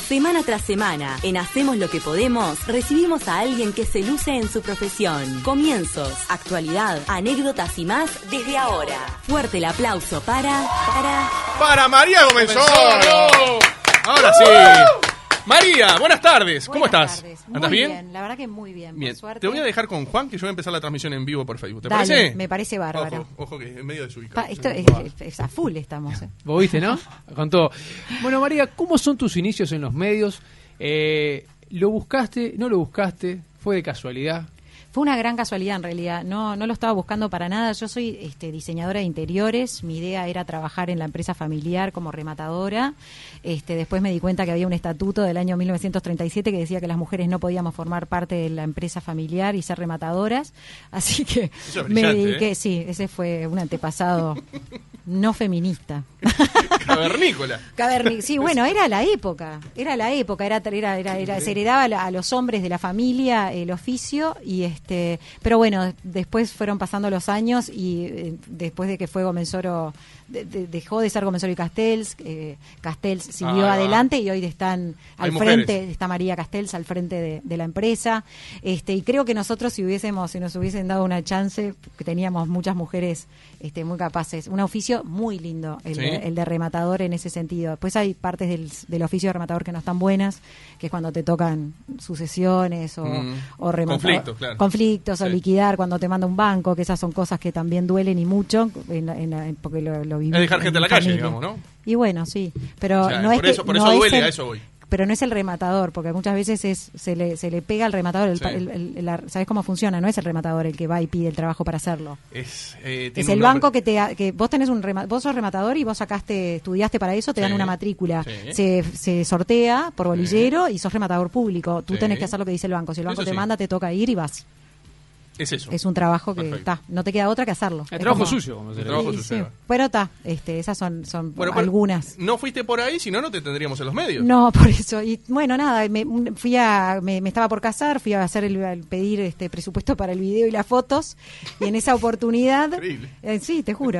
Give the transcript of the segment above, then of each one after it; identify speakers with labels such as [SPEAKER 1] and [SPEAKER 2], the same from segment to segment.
[SPEAKER 1] Semana tras semana, en Hacemos lo que podemos, recibimos a alguien que se luce en su profesión. Comienzos, actualidad, anécdotas y más desde ahora. Fuerte el aplauso para
[SPEAKER 2] María Comenzó. Ahora sí. María, buenas tardes. ¿Cómo estás? ¿Andás bien?
[SPEAKER 3] Bien, la verdad que muy bien.
[SPEAKER 2] Bien.
[SPEAKER 3] Por suerte.
[SPEAKER 2] Te voy a dejar con Juan, que yo voy a empezar la transmisión en vivo por Facebook. ¿Te
[SPEAKER 3] Dale,
[SPEAKER 2] parece?
[SPEAKER 3] me parece bárbaro.
[SPEAKER 2] Ojo que en medio de su ubicado.
[SPEAKER 3] Esto es a full estamos.
[SPEAKER 4] Vos viste, ¿no? Con todo. Bueno, María, ¿cómo son tus inicios en los medios? ¿Lo buscaste? ¿No lo buscaste? ¿Fue de casualidad?
[SPEAKER 3] Fue una gran casualidad en realidad, no lo estaba buscando para nada. Yo soy diseñadora de interiores, mi idea era trabajar en la empresa familiar como rematadora. Después me di cuenta que había un estatuto del año 1937 que decía que las mujeres no podíamos formar parte de la empresa familiar y ser rematadoras, así que me dediqué, sí, ese fue un antepasado no feminista.
[SPEAKER 2] Cavernícola.
[SPEAKER 3] Sí, bueno, era la época, se heredaba a los hombres de la familia el oficio y pero bueno, después fueron pasando los años y después de que fue Gomensoro, dejó de ser Gomensoro y Castells, Castells siguió adelante y hoy están al frente, está María Castells al frente de la empresa, y creo que nosotros si nos hubiesen dado una chance, que teníamos muchas mujeres muy capaces, un oficio muy lindo el de rematador en ese sentido. Después hay partes del oficio de rematador que no están buenas, que es cuando te tocan sucesiones o conflictos o liquidar cuando te manda un banco, que esas son cosas que también duelen y mucho porque lo vivimos.
[SPEAKER 2] Es dejar gente en la calle, digamos, ¿no?
[SPEAKER 3] Y bueno, sí, pero no es
[SPEAKER 2] por eso duele, a eso voy.
[SPEAKER 3] Pero no es el rematador, porque muchas veces se le pega al rematador. ¿Sabes cómo funciona? No es el rematador el que va y pide el trabajo para hacerlo. Es el banco que vos tenés vos sos rematador y vos estudiaste para eso, te dan una matrícula. Se sortea por bolillero y sos rematador público. Tú tenés que hacer lo que dice el banco. Si el banco te manda, te toca ir y vas.
[SPEAKER 2] Es eso.
[SPEAKER 3] Es un trabajo que no te queda otra que hacerlo.
[SPEAKER 4] El trabajo sucio, como se le dice.
[SPEAKER 3] Sí. Pero esas son algunas.
[SPEAKER 2] No fuiste por ahí, si no, no te tendríamos en los medios.
[SPEAKER 3] No, por eso. Y bueno, nada, me estaba por casar, fui a hacer pedir presupuesto para el video y las fotos, y en esa oportunidad, sí, te juro,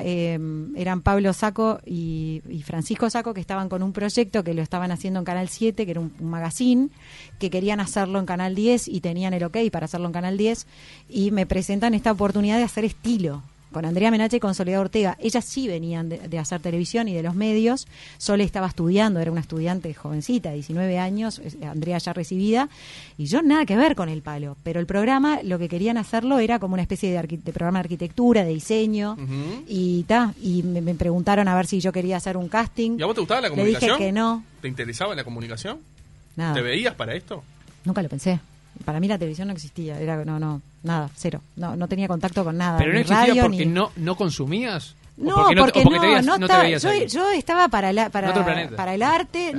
[SPEAKER 3] eran Pablo Sacco y Francisco Sacco, que estaban con un proyecto que lo estaban haciendo en Canal 7, que era un magazine, que querían hacerlo en Canal 10 y tenían el ok para hacerlo en Canal 10. Y me presentan esta oportunidad de hacer estilo con Andrea Menache y con Soledad Ortega. Ellas sí venían de hacer televisión y de los medios. Sole estaba estudiando, era una estudiante jovencita, 19 años, Andrea ya recibida, y yo nada que ver con el palo. Pero el programa, lo que querían hacerlo era como una especie de programa de arquitectura, de diseño, y me preguntaron a ver si yo quería hacer un casting.
[SPEAKER 2] ¿Y a vos te gustaba la comunicación?
[SPEAKER 3] Le dije que no.
[SPEAKER 2] ¿Te interesaba la comunicación?
[SPEAKER 3] Nada.
[SPEAKER 2] ¿Te veías para esto?
[SPEAKER 3] Nunca lo pensé. Para mí la televisión no existía, nada, cero. No tenía contacto con nada.
[SPEAKER 4] ¿Pero no existía
[SPEAKER 3] radio,
[SPEAKER 4] porque no consumías?
[SPEAKER 3] No, porque yo estaba para el arte. Para el arte,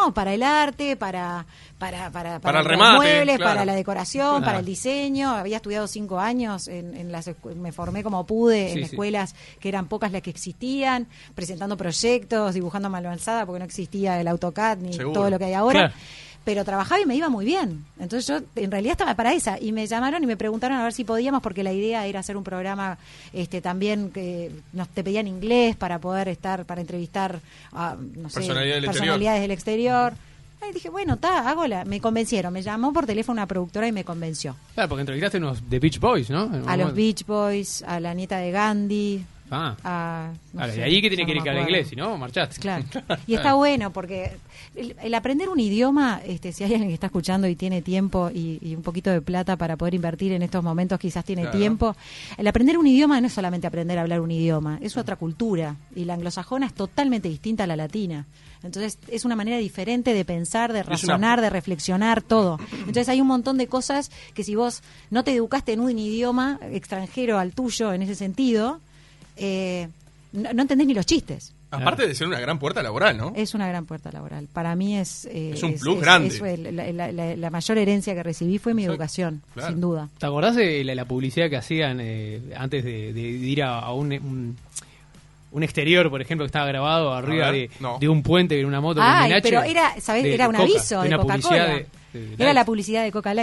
[SPEAKER 3] para
[SPEAKER 2] el
[SPEAKER 3] los
[SPEAKER 2] remate,
[SPEAKER 3] muebles,
[SPEAKER 2] claro.
[SPEAKER 3] para la decoración, para el diseño. Había estudiado 5 años, me formé como pude en escuelas que eran pocas las que existían, presentando proyectos, dibujando a mano alzada, porque no existía el AutoCAD ni todo lo que hay ahora. Claro. Pero trabajaba y me iba muy bien. Entonces yo en realidad estaba para esa. Y me llamaron y me preguntaron a ver si podíamos, porque la idea era hacer un programa también que te pedían inglés para poder para entrevistar a personalidades del exterior. Y dije, bueno, me convencieron. Me llamó por teléfono una productora y me convenció.
[SPEAKER 4] Claro, porque entrevistaste unos The Beach Boys, ¿no?
[SPEAKER 3] A los Beach Boys, a la nieta de Gandhi.
[SPEAKER 4] De ahí que tiene que ir a hablar inglés, si no, marchaste.
[SPEAKER 3] Claro. Y está bueno porque el aprender un idioma, si hay alguien que está escuchando y tiene tiempo y un poquito de plata para poder invertir en estos momentos, quizás tiene tiempo. El aprender un idioma no es solamente aprender a hablar un idioma, es otra cultura. Y la anglosajona es totalmente distinta a la latina. Entonces es una manera diferente de pensar, de razonar, de reflexionar, todo. Entonces hay un montón de cosas que si vos no te educaste en un idioma extranjero al tuyo en ese sentido, no entendés ni los chistes.
[SPEAKER 2] Aparte de ser una gran puerta laboral, ¿no?
[SPEAKER 3] Es una gran puerta laboral. Para mí es
[SPEAKER 2] un plus grande.
[SPEAKER 3] La mayor herencia que recibí fue mi educación, sin duda.
[SPEAKER 4] ¿Te acordás de la publicidad que hacían antes de ir a un exterior, por ejemplo, que estaba grabado arriba de un puente en una moto con Menache?
[SPEAKER 3] Pero era un aviso de Coca-Cola. Era la publicidad de Coca Light.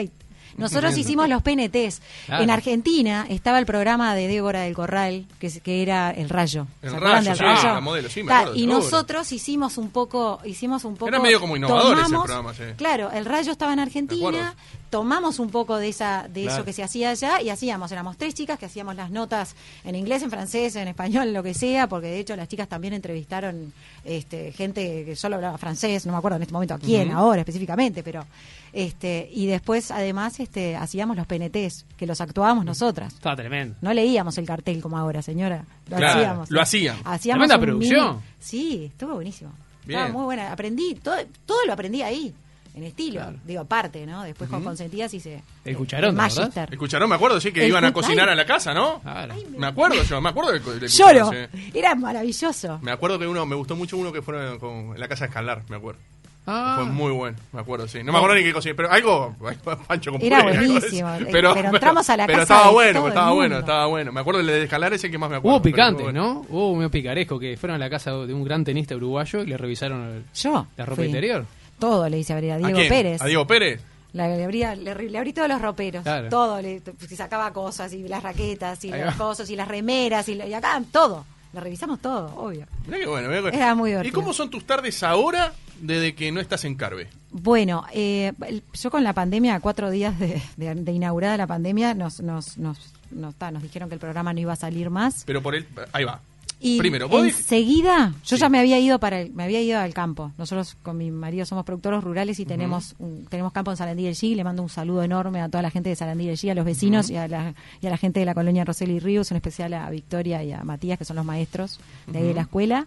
[SPEAKER 3] Nosotros hicimos los PNTs.
[SPEAKER 2] Claro.
[SPEAKER 3] En Argentina estaba el programa de Débora del Corral, que era El Rayo.
[SPEAKER 2] El Rayo, sí, la modelo, sí, me acuerdo.
[SPEAKER 3] Y nosotros hicimos un poco...
[SPEAKER 2] Era medio como innovador ese programa, sí.
[SPEAKER 3] Claro, El Rayo estaba en Argentina, tomamos un poco de eso que se hacía allá y éramos 3 chicas que hacíamos las notas en inglés, en francés, en español, lo que sea, porque de hecho las chicas también entrevistaron gente que solo hablaba francés, no me acuerdo en este momento a quién, ahora específicamente, pero y después además hacíamos los PNTs, que los actuábamos nosotras.
[SPEAKER 4] Estaba tremendo.
[SPEAKER 3] No leíamos el cartel como ahora, señora.
[SPEAKER 2] Lo hacían.
[SPEAKER 4] Tremenda producción.
[SPEAKER 3] Sí, estuvo buenísimo.
[SPEAKER 2] Bien.
[SPEAKER 3] Estaba muy buena. Aprendí, todo lo aprendí ahí. En estilo, digo, aparte, ¿no? Después con Consentidas hice
[SPEAKER 4] el cucharón,
[SPEAKER 3] Magister.
[SPEAKER 2] El cucharón, me acuerdo, sí, que iban a cocinar a la casa, ¿no?
[SPEAKER 4] Claro.
[SPEAKER 2] Me acuerdo del cucharón.
[SPEAKER 3] Lloro,
[SPEAKER 2] sí.
[SPEAKER 3] era maravilloso.
[SPEAKER 2] Me acuerdo que me gustó mucho uno que fueron en la casa de Escalar, me acuerdo. Fue muy bueno, me acuerdo, sí. No me acuerdo ni qué cocina, pero algo, Pancho con
[SPEAKER 3] era buenísimo, pero entramos a la casa.
[SPEAKER 2] Pero estaba bueno. Me acuerdo el de Escalar ese que más me acuerdo.
[SPEAKER 4] Hubo picante, ¿no? Hubo medio picaresco, que fueron a la casa de un gran tenista uruguayo y le revisaron la ropa interior.
[SPEAKER 3] Todo le hice abrir a Diego Pérez.
[SPEAKER 2] ¿A Diego Pérez?
[SPEAKER 3] Le abrí todos los roperos,
[SPEAKER 4] claro.
[SPEAKER 3] Todo, se sacaba cosas, y las raquetas, y los cosas, y las remeras, y acá todo. Lo revisamos todo, obvio.
[SPEAKER 2] Mirá que bueno.
[SPEAKER 3] Era muy divertido.
[SPEAKER 2] ¿Y cómo son tus tardes ahora desde que no estás en Carve?
[SPEAKER 3] Bueno, yo con la pandemia, 4 días de inaugurada la pandemia, nos dijeron que el programa no iba a salir más.
[SPEAKER 2] Pero ahí va.
[SPEAKER 3] Y
[SPEAKER 2] primero,
[SPEAKER 3] enseguida, yo ya me había ido al campo. Nosotros con mi marido somos productores rurales y tenemos campo en Sarandí del Gí. Le mando un saludo enorme a toda la gente de Sarandí del Gí, a los vecinos y a la gente de la colonia Roseli Ríos, en especial a Victoria y a Matías, que son los maestros de ahí de la escuela.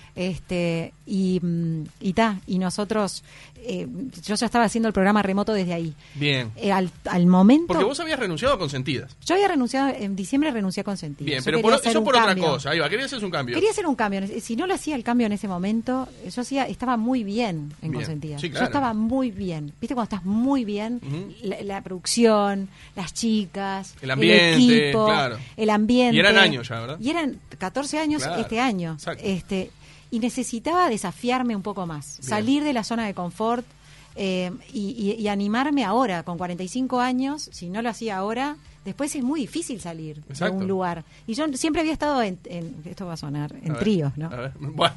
[SPEAKER 3] Y nosotros yo ya estaba haciendo el programa remoto desde ahí.
[SPEAKER 2] Bien.
[SPEAKER 3] Al momento.
[SPEAKER 2] Porque vos habías renunciado a Consentidas.
[SPEAKER 3] Yo había renunciado en diciembre, renuncié a Consentidas.
[SPEAKER 2] Bien, pero por otra cosa. Ahí va, querías hacer un cambio.
[SPEAKER 3] Quería hacer un cambio. Si no lo hacía el cambio en ese momento, estaba muy bien en Consentidas.
[SPEAKER 2] Sí, claro.
[SPEAKER 3] Yo estaba muy bien. ¿Viste cuando estás muy bien? La producción, las chicas,
[SPEAKER 2] el ambiente,
[SPEAKER 3] el equipo,
[SPEAKER 2] claro.
[SPEAKER 3] El ambiente.
[SPEAKER 2] Y eran años ya, ¿verdad?
[SPEAKER 3] Y eran 14 años este año.
[SPEAKER 2] Exacto.
[SPEAKER 3] Y necesitaba desafiarme un poco más, salir de la zona de confort y animarme ahora, con 45 años. Si no lo hacía ahora, después es muy difícil salir de un lugar. Y yo siempre había estado esto va a sonar, en tríos, ¿no?
[SPEAKER 2] A ver. Bueno.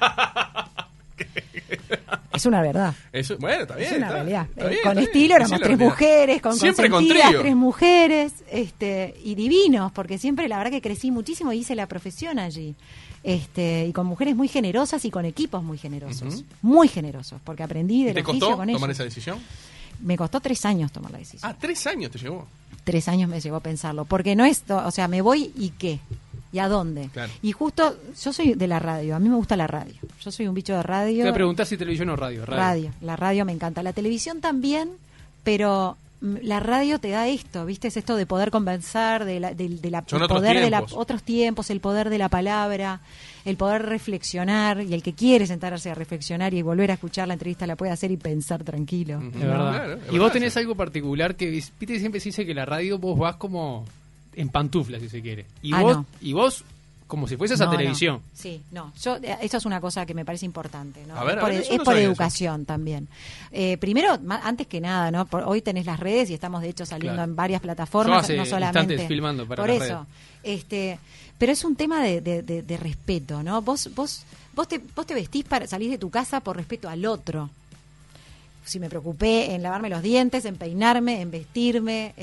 [SPEAKER 3] Es una verdad.
[SPEAKER 2] Bueno, está bien.
[SPEAKER 3] Es una realidad.
[SPEAKER 2] Está bien,
[SPEAKER 3] con estilo éramos 3 mujeres, con
[SPEAKER 2] siempre
[SPEAKER 3] Consentidas,
[SPEAKER 2] con
[SPEAKER 3] 3 mujeres, y divinos, porque siempre la verdad que crecí muchísimo y hice la profesión allí. Y con mujeres muy generosas y con equipos muy generosos. Muy generosos, porque aprendí del oficio con ellos.
[SPEAKER 2] ¿Te costó tomar esa decisión?
[SPEAKER 3] Me costó 3 años tomar la decisión.
[SPEAKER 2] Ah, 3 años te llevó.
[SPEAKER 3] 3 años me llevó a pensarlo, porque no es, o sea, me voy y qué. ¿Y a dónde?
[SPEAKER 2] Claro.
[SPEAKER 3] Y justo, yo soy de la radio, a mí me gusta la radio. Yo soy un bicho de radio.
[SPEAKER 4] Te preguntás si televisión o radio.
[SPEAKER 3] La radio me encanta. La televisión también, pero la radio te da esto, ¿viste? Es esto de poder conversar, el poder de otros tiempos, el poder de la palabra, el poder reflexionar, y el que quiere sentarse a reflexionar y volver a escuchar la entrevista la puede hacer y pensar tranquilo.
[SPEAKER 4] Es verdad. Claro, y vos tenés algo particular que, viste, siempre se dice que la radio vos vas como en pantuflas, si se quiere. Y vos como si fueses a televisión.
[SPEAKER 3] No. Sí, eso es una cosa que me parece importante, ¿no?
[SPEAKER 2] Es
[SPEAKER 3] por educación también. Primero, antes que nada, ¿no? Hoy tenés las redes y estamos de hecho saliendo en varias plataformas, no solamente
[SPEAKER 4] filmando para
[SPEAKER 3] por eso. Pero es un tema de respeto, ¿no? Vos te vestís para salir de tu casa por respeto al otro. Si me preocupé en lavarme los dientes, en peinarme, en vestirme,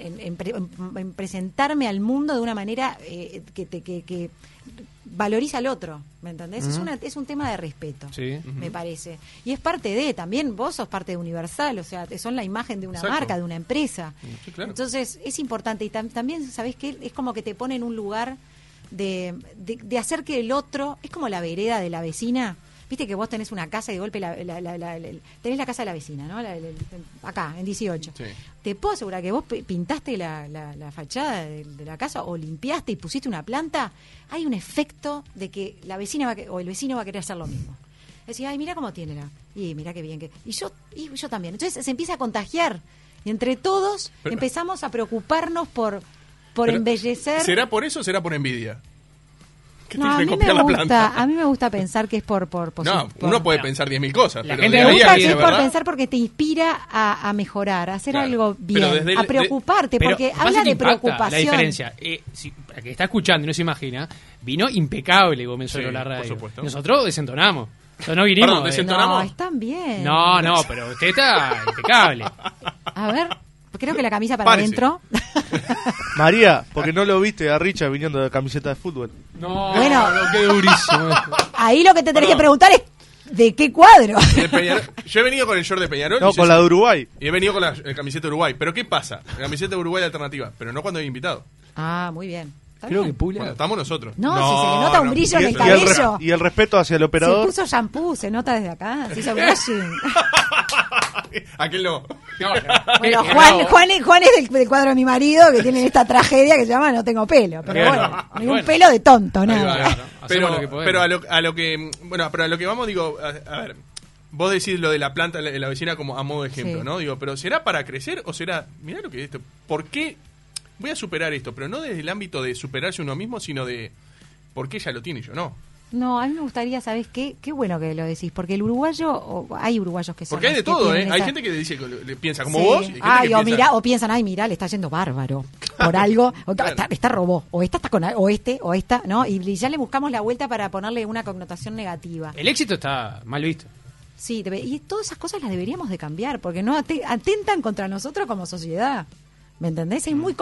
[SPEAKER 3] en presentarme al mundo de una manera que valoriza al otro, ¿me entendés? Es un tema de respeto, me parece. Y es parte también vos sos parte de Universal, o sea, son la imagen de una marca, de una empresa.
[SPEAKER 2] Sí, claro.
[SPEAKER 3] Entonces es importante. Y también, ¿sabés qué? Es como que te pone en un lugar de hacer que el otro, es como la vereda de la vecina. Viste que vos tenés una casa y de golpe tenés la casa de la vecina, ¿no? Acá, en 18. Sí. Te puedo asegurar que vos pintaste la fachada de la casa o limpiaste y pusiste una planta, hay un efecto de que la vecina o el vecino va a querer hacer lo mismo. Decís, ay, mira cómo tiene y mira qué bien. Y yo también. Entonces se empieza a contagiar. Y entre todos empezamos a preocuparnos por embellecer.
[SPEAKER 2] ¿Será por eso o será por envidia?
[SPEAKER 3] No, a mí me gusta pensar que es por
[SPEAKER 2] no, uno puede pensar 10.000 cosas.
[SPEAKER 3] La gente me gusta que es por pensar porque te inspira a mejorar, a hacer algo bien, a preocuparte, porque habla de preocupación.
[SPEAKER 4] La diferencia, para que está escuchando y no se imagina, vino impecable comenzó la radio. Por supuesto. Nosotros desentonamos. No vinimos.
[SPEAKER 2] Perdón, ¿desentonamos?
[SPEAKER 3] No, están bien.
[SPEAKER 4] No, pero usted está impecable.
[SPEAKER 3] A ver, creo que la camisa para adentro.
[SPEAKER 5] María, porque no lo viste a Richard viniendo de camiseta de fútbol.
[SPEAKER 4] No, qué durísimo.
[SPEAKER 3] Ahí lo que te tenés que preguntar es ¿de qué cuadro?
[SPEAKER 2] Yo he venido con el short de Peñarol.
[SPEAKER 5] No, con la de Uruguay.
[SPEAKER 2] Y he venido con la camiseta de Uruguay. ¿Pero qué pasa? La camiseta de Uruguay de alternativa, pero no cuando hay invitado.
[SPEAKER 3] Ah, muy bien.
[SPEAKER 4] Creo que Pula.
[SPEAKER 2] Bueno, estamos nosotros.
[SPEAKER 3] No, si se le nota un brillo en el cabello.
[SPEAKER 5] Y el respeto hacia el operador.
[SPEAKER 3] Se puso shampoo, se nota desde acá. Se hizo brushing.
[SPEAKER 2] Aquel no.
[SPEAKER 3] Bueno, Juan es del cuadro de mi marido, que tiene esta tragedia que se llama No tengo pelo. Pero bueno, ningún pelo de tonto, nada.
[SPEAKER 2] Pero a lo que vamos, digo, a ver, vos decís lo de la planta en la vecina como a modo de ejemplo, ¿no? Digo, pero ¿será para crecer o será, mirá lo que es esto, ¿por qué voy a superar esto? Pero no desde el ámbito de superarse uno mismo, sino de ¿por qué ella lo tiene y yo no?
[SPEAKER 3] No, a mí me gustaría, ¿sabes qué? Qué bueno que lo decís, porque el uruguayo, hay uruguayos que son...
[SPEAKER 2] Porque hay de todo, ¿eh? Hay gente que dice, piensa como vos. Y
[SPEAKER 3] piensan, le está yendo bárbaro por algo, esta robó, o esta está con o esta, ¿no? Y ya le buscamos la vuelta para ponerle una connotación negativa.
[SPEAKER 4] El éxito está mal visto.
[SPEAKER 3] Sí, y todas esas cosas las deberíamos de cambiar, porque no atentan contra nosotros como sociedad. ¿Me entendés? Es muy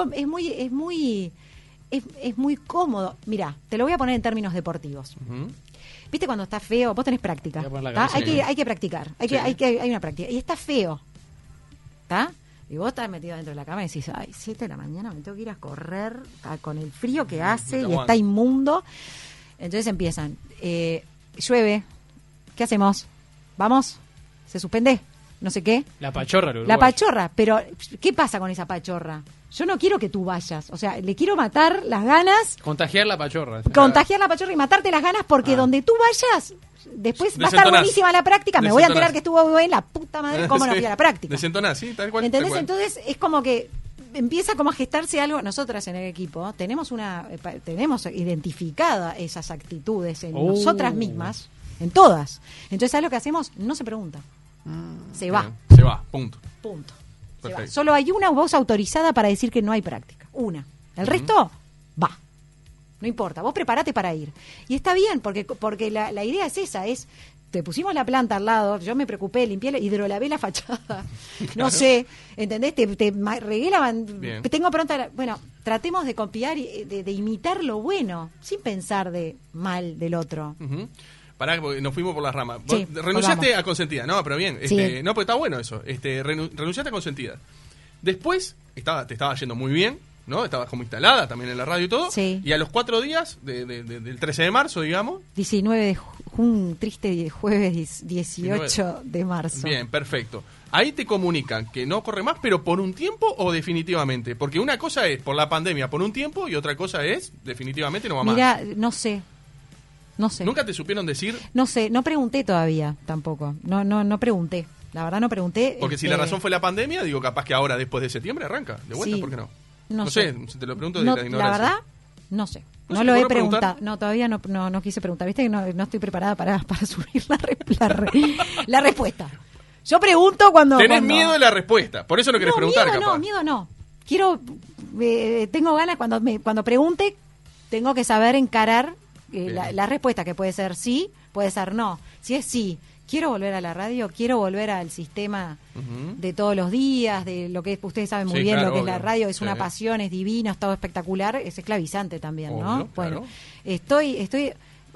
[SPEAKER 3] cómodo. Mirá, te lo voy a poner en términos deportivos. ¿Viste cuando está feo? Vos tenés práctica. Hay que practicar. Hay una práctica. Y está feo. ¿Está? Y vos estás metido dentro de la cama y decís, 7 de la mañana me tengo que ir a correr con el frío que hace y está inmundo. Entonces empiezan. Llueve. ¿Qué hacemos? ¿Vamos? ¿Se suspende? No sé qué.
[SPEAKER 4] La pachorra.
[SPEAKER 3] La pachorra. Pero, ¿qué pasa con esa pachorra? Yo no quiero que tú vayas. O sea, le quiero matar las ganas.
[SPEAKER 4] Contagiar la pachorra.
[SPEAKER 3] Contagiar la pachorra y matarte las ganas porque donde tú vayas, después va a estar buenísima la práctica. Me voy a enterar que estuvo bien, la puta madre, cómo no fui a la práctica.
[SPEAKER 2] Desentonás, sí, tal cual.
[SPEAKER 3] ¿Entendés?
[SPEAKER 2] Tal cual.
[SPEAKER 3] Entonces, es como que empieza como a gestarse algo. Nosotras en el equipo tenemos identificada esas actitudes en nosotras mismas, en todas. Entonces, ¿sabes lo que hacemos? No se pregunta. Se va.
[SPEAKER 2] Se va, punto.
[SPEAKER 3] Se va. Solo hay una voz autorizada para decir que no hay práctica. Una. El resto va. No importa. Vos prepárate para ir. Y está bien, porque la idea es esa, te pusimos la planta al lado, yo me preocupé, limpié, hidrolavé la fachada. No sé, ¿entendés? Te regué tengo pronta bueno, tratemos de copiar y de imitar lo bueno, sin pensar de mal del otro.
[SPEAKER 2] Pará, porque nos fuimos por las ramas.
[SPEAKER 3] Sí,
[SPEAKER 2] renunciaste a Consentida, no, pero bien.
[SPEAKER 3] Sí.
[SPEAKER 2] No, pues está bueno eso. Renunciaste a Consentida. Después, te estaba yendo muy bien, ¿no? Estabas como instalada también en la radio y todo.
[SPEAKER 3] Sí.
[SPEAKER 2] Y a los 4 días del 13 de marzo, digamos.
[SPEAKER 3] 19 un triste jueves 18 de marzo.
[SPEAKER 2] Bien, perfecto. Ahí te comunican que no corre más, pero por un tiempo o definitivamente. Porque una cosa es por la pandemia por un tiempo y otra cosa es definitivamente no va más.
[SPEAKER 3] Mira, no sé.
[SPEAKER 2] ¿Nunca te supieron decir?
[SPEAKER 3] No sé, no pregunté todavía tampoco. No pregunté. La verdad no pregunté.
[SPEAKER 2] Porque si la razón fue la pandemia, digo, capaz que ahora después de septiembre arranca. De vuelta,
[SPEAKER 3] sí,
[SPEAKER 2] ¿por qué no?
[SPEAKER 3] No sé,
[SPEAKER 2] te lo pregunto de la ignorancia.
[SPEAKER 3] La verdad, no sé. No lo he preguntado. No, todavía no quise preguntar. Viste que no estoy preparada para subir la respuesta. Yo pregunto cuando...
[SPEAKER 2] Tenés miedo de la respuesta, por eso no querés preguntar, capaz.
[SPEAKER 3] Miedo no. Tengo ganas, cuando pregunte, tengo que saber encarar la respuesta, que puede ser sí, puede ser no. Si es sí, quiero volver a la radio, quiero volver al sistema de todos los días, de lo que ustedes saben muy bien, claro, lo que es la radio, es una pasión, es divino, es todo espectacular, es esclavizante también, obvio, ¿no? Bueno, claro.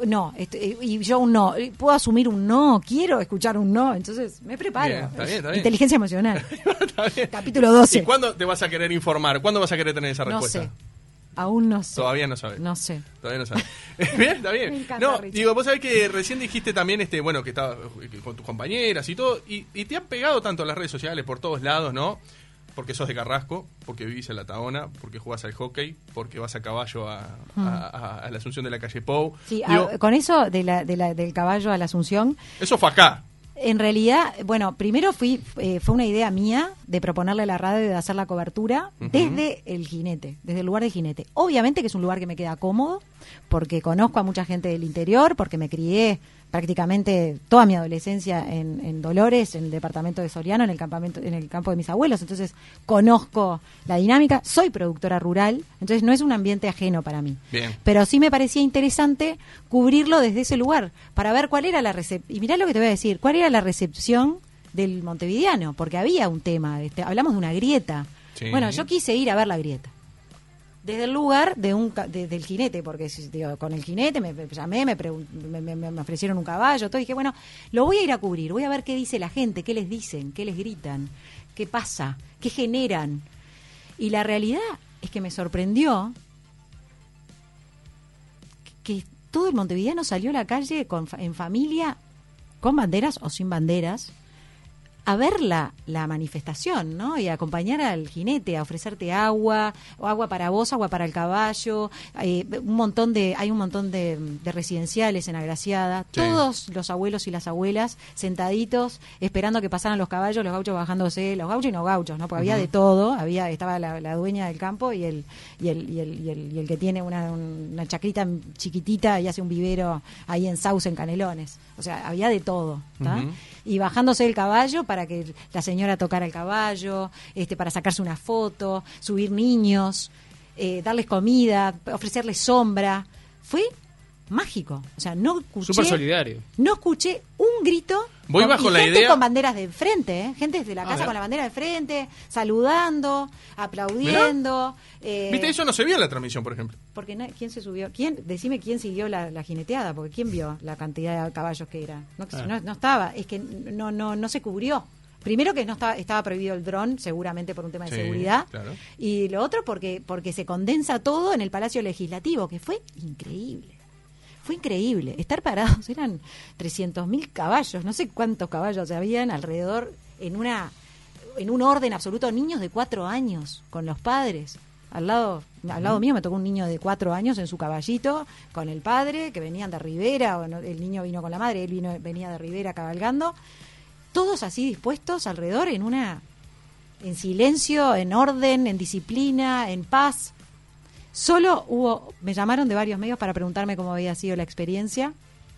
[SPEAKER 3] Y yo un no, puedo asumir un no, quiero escuchar un no, entonces me preparo. Bien, está bien. Inteligencia emocional. Está bien. Capítulo 12.
[SPEAKER 2] ¿Y cuándo te vas a querer informar? ¿Cuándo vas a querer tener esa respuesta?
[SPEAKER 3] No sé. Aún no sé.
[SPEAKER 2] Todavía no sabes.
[SPEAKER 3] No sé.
[SPEAKER 2] Todavía no sabes. Bien, está bien.
[SPEAKER 3] Me encanta,
[SPEAKER 2] no,
[SPEAKER 3] Richard.
[SPEAKER 2] digo, vos sabés que recién dijiste también que estabas con tus compañeras y todo, y te han pegado tanto las redes sociales por todos lados, ¿no? Porque sos de Carrasco, porque vivís en La Tahona, porque jugás al hockey, porque vas a caballo a la Asunción de la calle Pou.
[SPEAKER 3] Sí, con eso del caballo a la Asunción.
[SPEAKER 2] Eso fue acá.
[SPEAKER 3] En realidad, bueno, primero fue una idea mía de proponerle a la radio de hacer la cobertura desde el Jinete, desde el lugar del Jinete. Obviamente que es un lugar que me queda cómodo, porque conozco a mucha gente del interior, porque me crié prácticamente toda mi adolescencia en Dolores, en el departamento de Soriano, en el campo de mis abuelos. Entonces conozco la dinámica, soy productora rural, entonces no es un ambiente ajeno para mí.
[SPEAKER 2] Bien.
[SPEAKER 3] Pero sí me parecía interesante cubrirlo desde ese lugar para ver cuál era la recepción. Y mirá lo que te voy a decir, cuál era la recepción del montevideano, porque había un tema, hablamos de una grieta.
[SPEAKER 2] Sí.
[SPEAKER 3] Bueno, yo quise ir a ver la grieta desde el lugar del Jinete, porque digo, con el Jinete me llamé, me ofrecieron un caballo, todo, y dije, bueno, lo voy a ir a cubrir, voy a ver qué dice la gente, qué les dicen, qué les gritan, qué pasa, qué generan. Y la realidad es que me sorprendió que todo el montevideano salió a la calle en familia, con banderas o sin banderas, a ver la manifestación, ¿no? Y a acompañar al jinete, a ofrecerte agua, o agua para vos, agua para el caballo, hay un montón de residenciales en Agraciada, sí. Todos los abuelos y las abuelas sentaditos esperando que pasaran los caballos, los gauchos bajándose, los gauchos y no gauchos, ¿no? Porque había de todo, estaba la dueña del campo y el que tiene una chacrita chiquitita y hace un vivero ahí en Sauce, en Canelones. O sea, había de todo, ¿está? Y bajándose del caballo para que la señora tocara el caballo, para sacarse una foto, subir niños, darles comida, ofrecerles sombra. Fue mágico. O sea, no escuché...
[SPEAKER 4] Súper solidario.
[SPEAKER 3] No escuché un grito.
[SPEAKER 2] Voy bajo la
[SPEAKER 3] gente
[SPEAKER 2] idea...
[SPEAKER 3] con banderas de frente, gente desde la casa con la bandera de frente, saludando, aplaudiendo.
[SPEAKER 2] ¿Viste? Eso no se vio en la transmisión, por ejemplo.
[SPEAKER 3] Porque ¿quién se subió? Decime quién siguió la jineteada, porque ¿quién vio la cantidad de caballos que era? No estaba, es que no se cubrió. Primero que estaba prohibido el dron, seguramente por un tema de seguridad. Claro. Y lo otro porque se condensa todo en el Palacio Legislativo, que fue increíble. Fue increíble. Estar parados, eran 300.000 caballos, no sé cuántos caballos habían alrededor, en un orden absoluto, niños de 4 años, con los padres. Al lado mío me tocó un niño de 4 años en su caballito, con el padre, que venían de Rivera, el niño vino con la madre, él venía de Rivera cabalgando. Todos así dispuestos alrededor, en silencio, en orden, en disciplina, en paz. Me llamaron de varios medios para preguntarme cómo había sido la experiencia.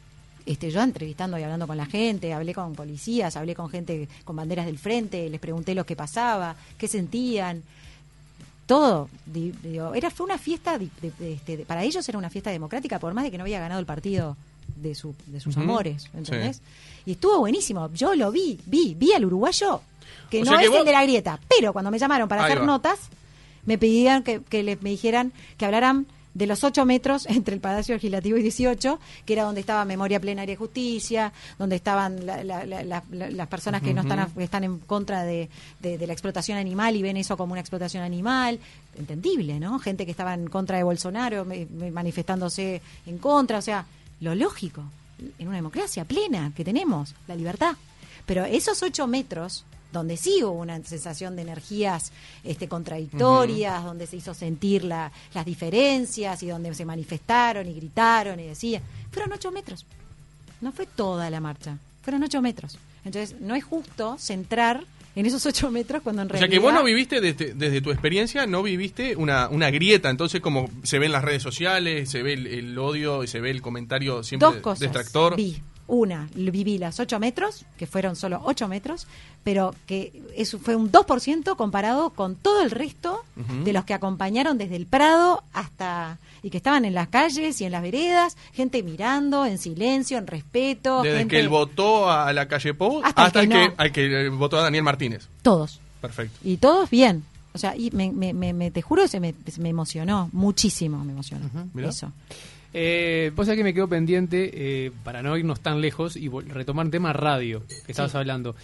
[SPEAKER 3] Yo entrevistando y hablando con la gente, hablé con policías, hablé con gente con banderas del frente, les pregunté lo que pasaba, qué sentían. Todo, fue una fiesta, para ellos era una fiesta democrática, por más de que no había ganado el partido de sus amores, ¿entendés? Sí. Y estuvo buenísimo, yo lo vi al uruguayo, que no es el de la grieta, pero cuando me llamaron para hacer notas, me pedían que me dijeran, que hablaran de los 8 metros entre el Palacio Legislativo y 18, que era donde estaba Memoria Plenaria y Justicia, donde estaban las personas que no están en contra de la explotación animal y ven eso como una explotación animal. Entendible, ¿no? Gente que estaba en contra de Bolsonaro manifestándose en contra, o sea, lo lógico, en una democracia plena que tenemos, la libertad. Pero esos 8 metros... donde sí hubo una sensación de energías contradictorias, donde se hizo sentir las diferencias y donde se manifestaron y gritaron y decían, fueron 8 metros. No fue toda la marcha, fueron 8 metros. Entonces, no es justo centrar en esos 8 metros cuando en realidad...
[SPEAKER 2] O sea, que vos no viviste, desde tu experiencia, no viviste una grieta. Entonces, como se ve en las redes sociales, se ve el odio y se ve el comentario siempre detractor.
[SPEAKER 3] Viví las 8 metros, que fueron solo 8 metros, pero que eso fue un 2% comparado con todo el resto de los que acompañaron desde el Prado y que estaban en las calles y en las veredas, gente mirando en silencio, en respeto.
[SPEAKER 2] Desde que él votó a la calle Pou hasta el que votó a Daniel Martínez.
[SPEAKER 3] Todos.
[SPEAKER 2] Perfecto.
[SPEAKER 3] Y todos bien. O sea, y te juro que me emocionó, muchísimo me emocionó. Eso.
[SPEAKER 4] Vos sabés que me quedo pendiente, para no irnos tan lejos y retomar el tema radio que estabas hablando.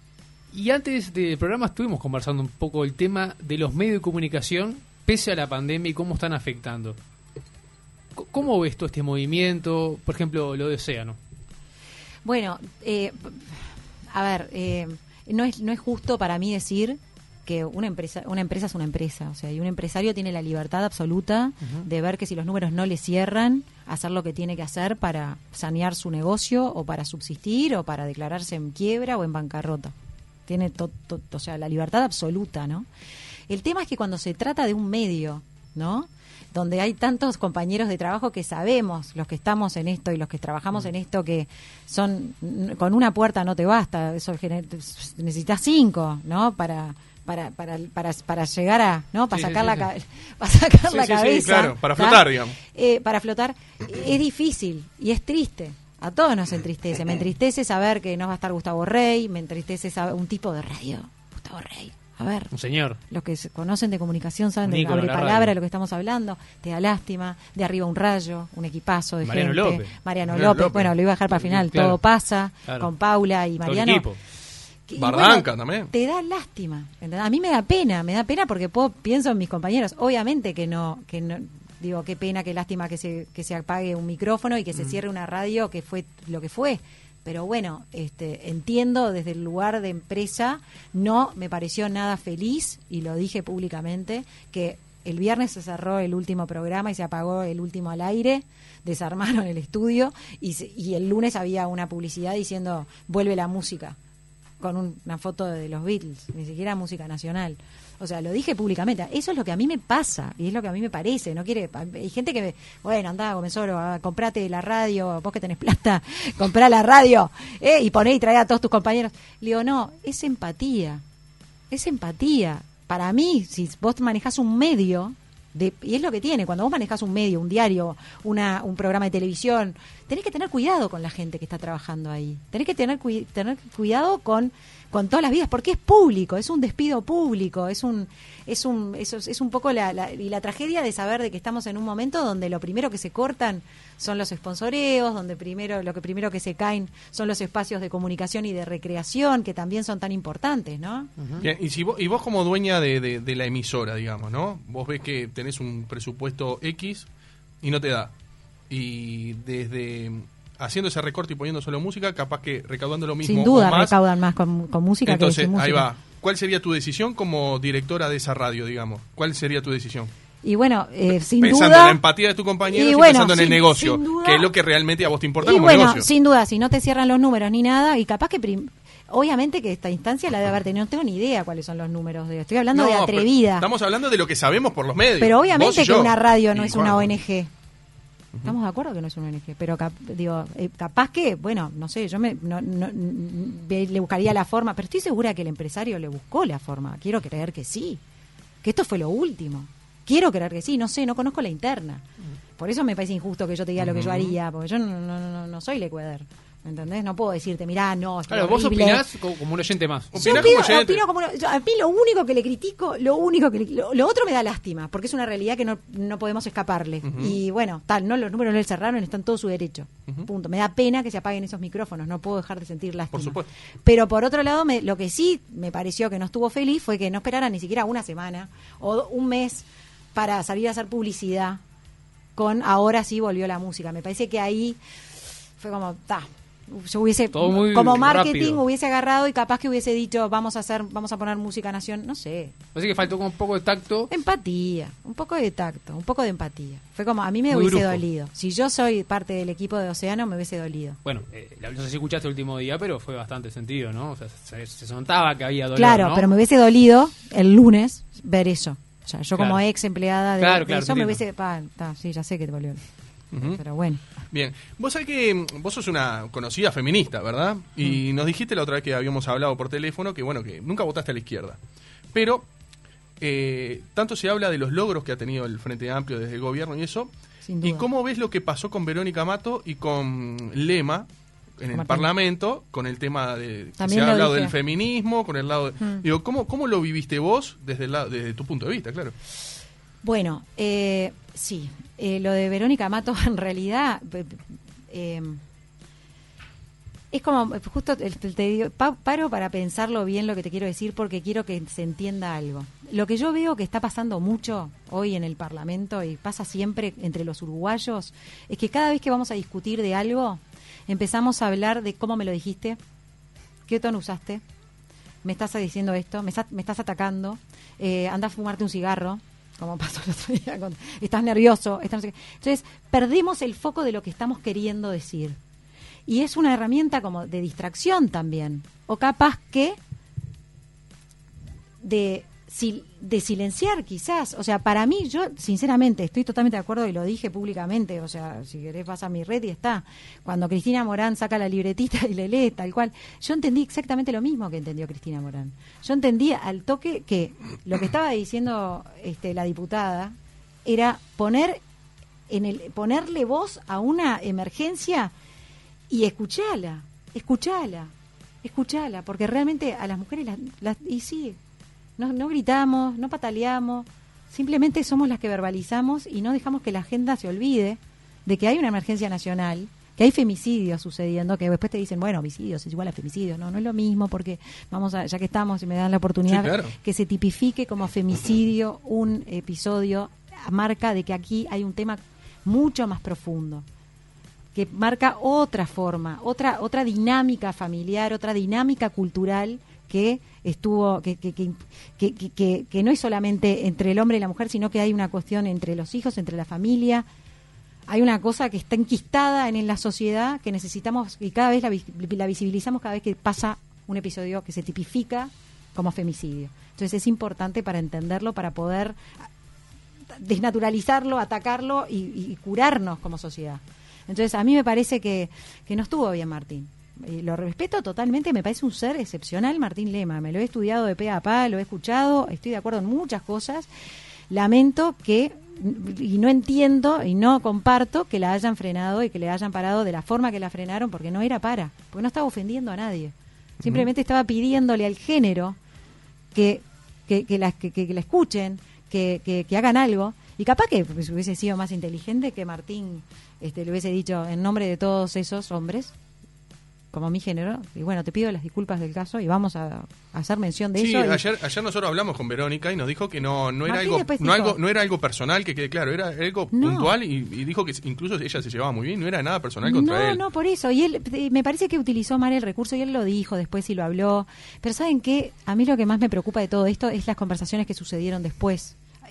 [SPEAKER 4] Y antes del programa estuvimos conversando un poco el tema de los medios de comunicación pese a la pandemia y cómo están afectando. ¿Cómo ves todo este movimiento? Por ejemplo, lo de Océano.
[SPEAKER 3] Bueno, no es justo para mí decir que una empresa es una empresa, o sea, y un empresario tiene la libertad absoluta de ver que si los números no le cierran, hacer lo que tiene que hacer para sanear su negocio o para subsistir o para declararse en quiebra o en bancarrota. Tiene o sea, la libertad absoluta, ¿no? El tema es que cuando se trata de un medio, ¿no?, donde hay tantos compañeros de trabajo que sabemos, los que estamos en esto y los que trabajamos en esto, que son, con una puerta no te basta, eso necesitas 5, ¿no?, para llegar a, ¿no?, para sacar la cabeza,
[SPEAKER 2] sí, claro, para flotar, digamos.
[SPEAKER 3] Para flotar es difícil y es triste. A todos nos entristece. Me entristece saber que no va a estar Gustavo Rey, me entristece saber un tipo de radio, Gustavo Rey. A ver,
[SPEAKER 4] un señor.
[SPEAKER 3] Los que se conocen de comunicación saben de
[SPEAKER 4] abre
[SPEAKER 3] palabra de lo que estamos hablando. Te da lástima. De arriba un rayo, un equipazo de
[SPEAKER 4] Mariano
[SPEAKER 3] gente.
[SPEAKER 4] López.
[SPEAKER 3] Mariano López. Bueno, lo iba a dejar para el final.
[SPEAKER 4] Claro.
[SPEAKER 3] Todo pasa,
[SPEAKER 4] claro,
[SPEAKER 3] con Paula y Mariano.
[SPEAKER 4] Todo el equipo.
[SPEAKER 3] Y
[SPEAKER 2] Bardanca también.
[SPEAKER 3] Te da lástima. ¿Entendés? A mí me da pena porque pienso en mis compañeros. Obviamente que no, digo, qué pena, qué lástima que se apague un micrófono y que se cierre una radio, que fue lo que fue. Pero bueno, entiendo desde el lugar de empresa, no me pareció nada feliz, y lo dije públicamente, que el viernes se cerró el último programa y se apagó el último al aire, desarmaron el estudio y el lunes había una publicidad diciendo vuelve la música, con una foto de los Beatles, ni siquiera música nacional. O sea, lo dije públicamente. Eso es lo que a mí me pasa y es lo que a mí me parece. No quiere. Hay gente que, bueno, andá, Comensoro, comprate la radio, vos que tenés plata, comprá la radio y poné y traé a todos tus compañeros. Le digo, no, es empatía. Es empatía. Para mí, si vos manejás un medio, y es lo que tiene, cuando vos manejás un medio, un diario, un programa de televisión, tenés que tener cuidado con la gente que está trabajando ahí. Tenés que tener cuidado con todas las vidas, porque es público, es un despido público, es un poco la tragedia de saber de que estamos en un momento donde lo primero que se cortan son los sponsoreos, donde lo primero que se caen son los espacios de comunicación y de recreación, que también son tan importantes, ¿no?
[SPEAKER 2] Bien, y vos como dueña de la emisora, digamos, ¿no? Vos ves que tenés un presupuesto X y no te da. Y desde haciendo ese recorte y poniendo solo música, capaz que recaudando lo mismo.
[SPEAKER 3] Sin duda
[SPEAKER 2] o más,
[SPEAKER 3] recaudan más con música.
[SPEAKER 2] Entonces,
[SPEAKER 3] que sin música.
[SPEAKER 2] ahí va. ¿Cuál sería tu decisión como directora de esa radio, digamos? ¿Cuál sería tu decisión?
[SPEAKER 3] Y bueno, sin
[SPEAKER 2] pensando
[SPEAKER 3] duda...
[SPEAKER 2] en la empatía de tu compañero y pensando en el negocio,
[SPEAKER 3] duda,
[SPEAKER 2] que es lo que realmente a vos te importa
[SPEAKER 3] y
[SPEAKER 2] como
[SPEAKER 3] bueno,
[SPEAKER 2] negocio.
[SPEAKER 3] Sin duda, si no te cierran los números ni nada, y capaz que... Obviamente que esta instancia la debe haber tenido, no tengo ni idea cuáles son los números estoy hablando de atrevida.
[SPEAKER 2] Estamos hablando de lo que sabemos por los medios.
[SPEAKER 3] Pero obviamente que una radio no es una
[SPEAKER 2] Juan.
[SPEAKER 3] ONG. Estamos de acuerdo que no es una ONG, pero capaz que, bueno, no sé, yo le buscaría la forma, pero estoy segura que el empresario le buscó la forma. Quiero creer que sí, que esto fue lo último. Quiero creer que sí, no sé, no conozco la interna. Por eso me parece injusto que yo te diga lo que yo haría, porque yo no soy Lecueder. ¿Entendés? No puedo decirte, mirá, no, es
[SPEAKER 4] claro,
[SPEAKER 3] horrible.
[SPEAKER 4] Vos opinás como un oyente más.
[SPEAKER 3] Yo opino como a mí lo único que le critico, lo otro me da lástima, porque es una realidad que no podemos escaparle. Y bueno, no los números no le cerraron, están todo su derecho. Punto. Me da pena que se apaguen esos micrófonos, no puedo dejar de sentir lástima.
[SPEAKER 2] Por supuesto.
[SPEAKER 3] Pero por otro lado, lo que sí me pareció que no estuvo feliz fue que no esperara ni siquiera una semana o un mes para salir a hacer publicidad con ahora sí volvió la música. Me parece que ahí fue como, yo hubiese como marketing
[SPEAKER 4] rápido.
[SPEAKER 3] Hubiese agarrado y capaz que hubiese dicho vamos a poner música nación, no sé.
[SPEAKER 4] Así que faltó como un poco de tacto.
[SPEAKER 3] Empatía, un poco de tacto, un poco de empatía. Fue como, a mí me
[SPEAKER 4] Muy
[SPEAKER 3] hubiese
[SPEAKER 4] brusco.
[SPEAKER 3] dolido. Si yo soy parte del equipo de Océano, me hubiese dolido.
[SPEAKER 4] Bueno, no sé si escuchaste el último día, pero fue bastante sentido, ¿no? O sea, se notaba que había dolor,
[SPEAKER 3] Claro,
[SPEAKER 4] ¿no?
[SPEAKER 3] pero me hubiese dolido el lunes ver eso. O sea, yo
[SPEAKER 4] Claro.
[SPEAKER 3] como ex empleada de
[SPEAKER 4] Claro,
[SPEAKER 3] eso
[SPEAKER 4] te
[SPEAKER 3] me
[SPEAKER 4] entiendo.
[SPEAKER 3] hubiese... sí, ya sé que te dolió. Pero bueno.
[SPEAKER 2] Bien, vos sabés que vos sos una conocida feminista, ¿verdad? Y nos dijiste la otra vez que habíamos hablado por teléfono que, bueno, que nunca votaste a la izquierda. Pero tanto se habla de los logros que ha tenido el Frente Amplio desde el gobierno y eso.
[SPEAKER 3] Sin duda.
[SPEAKER 2] ¿Y cómo ves lo que pasó con Verónica Mato y con Lema en el
[SPEAKER 3] Martín.
[SPEAKER 2] Parlamento, con el tema de...
[SPEAKER 3] También
[SPEAKER 2] se ha
[SPEAKER 3] lo
[SPEAKER 2] hablado
[SPEAKER 3] dije.
[SPEAKER 2] del feminismo, con el lado... Digo, ¿cómo lo viviste vos desde tu punto de vista, claro?
[SPEAKER 3] Bueno, sí, lo de Verónica Mato en realidad es como, justo te digo, paro para pensarlo bien lo que te quiero decir porque quiero que se entienda algo. Lo que yo veo que está pasando mucho hoy en el Parlamento y pasa siempre entre los uruguayos es que cada vez que vamos a discutir de algo empezamos a hablar de cómo me lo dijiste, qué tono usaste, me estás diciendo esto, me estás atacando, anda a fumarte un cigarro, como pasó el otro día, estás nervioso, no sé qué. Entonces, perdemos el foco de lo que estamos queriendo decir. Y es una herramienta como de distracción también, o capaz que de silenciar quizás. O sea, para mí, yo sinceramente estoy totalmente de acuerdo y lo dije públicamente, o sea, si querés vas a mi red y está. Cuando Cristina Morán saca la libretita y le lee tal cual, yo entendí exactamente lo mismo que entendió Cristina Morán. Yo entendí al toque que lo que estaba diciendo la diputada era ponerle voz a una emergencia y escuchala, porque realmente a las mujeres y sí, no gritamos, no pataleamos, simplemente somos las que verbalizamos y no dejamos que la agenda se olvide de que hay una emergencia nacional, que hay femicidios sucediendo, que después te dicen, bueno, homicidios es igual a femicidios. No es lo mismo, porque ya que estamos y me dan la oportunidad, sí, claro, que se tipifique como femicidio un episodio, marca de que aquí hay un tema mucho más profundo, que marca otra forma, otra dinámica familiar, otra dinámica cultural que estuvo que no es solamente entre el hombre y la mujer, sino que hay una cuestión entre los hijos, entre la familia. Hay una cosa que está enquistada en la sociedad que necesitamos y cada vez la visibilizamos cada vez que pasa un episodio que se tipifica como femicidio. Entonces es importante para entenderlo, para poder desnaturalizarlo, atacarlo y curarnos como sociedad. Entonces a mí me parece que no estuvo bien Martín. Lo respeto totalmente, me parece un ser excepcional Martín Lema, me lo he estudiado de pe a pa, lo he escuchado, estoy de acuerdo en muchas cosas. Lamento que, y no entiendo y no comparto que la hayan frenado y que le hayan parado de la forma que la frenaron, porque no era porque no estaba ofendiendo a nadie, simplemente estaba pidiéndole al género que la escuchen, que hagan algo, y capaz que hubiese sido más inteligente que Martín le hubiese dicho en nombre de todos esos hombres, como mi género, y bueno, te pido las disculpas del caso y vamos a hacer mención de eso. Sí,
[SPEAKER 2] ayer nosotros hablamos con Verónica y nos dijo que no era algo personal, que quede claro, era algo puntual y dijo que incluso ella se llevaba muy bien, no era nada personal contra él.
[SPEAKER 3] No, por eso, y él me parece que utilizó mal el recurso y él lo dijo después y lo habló, pero ¿saben qué? A mí lo que más me preocupa de todo esto es las conversaciones que sucedieron después.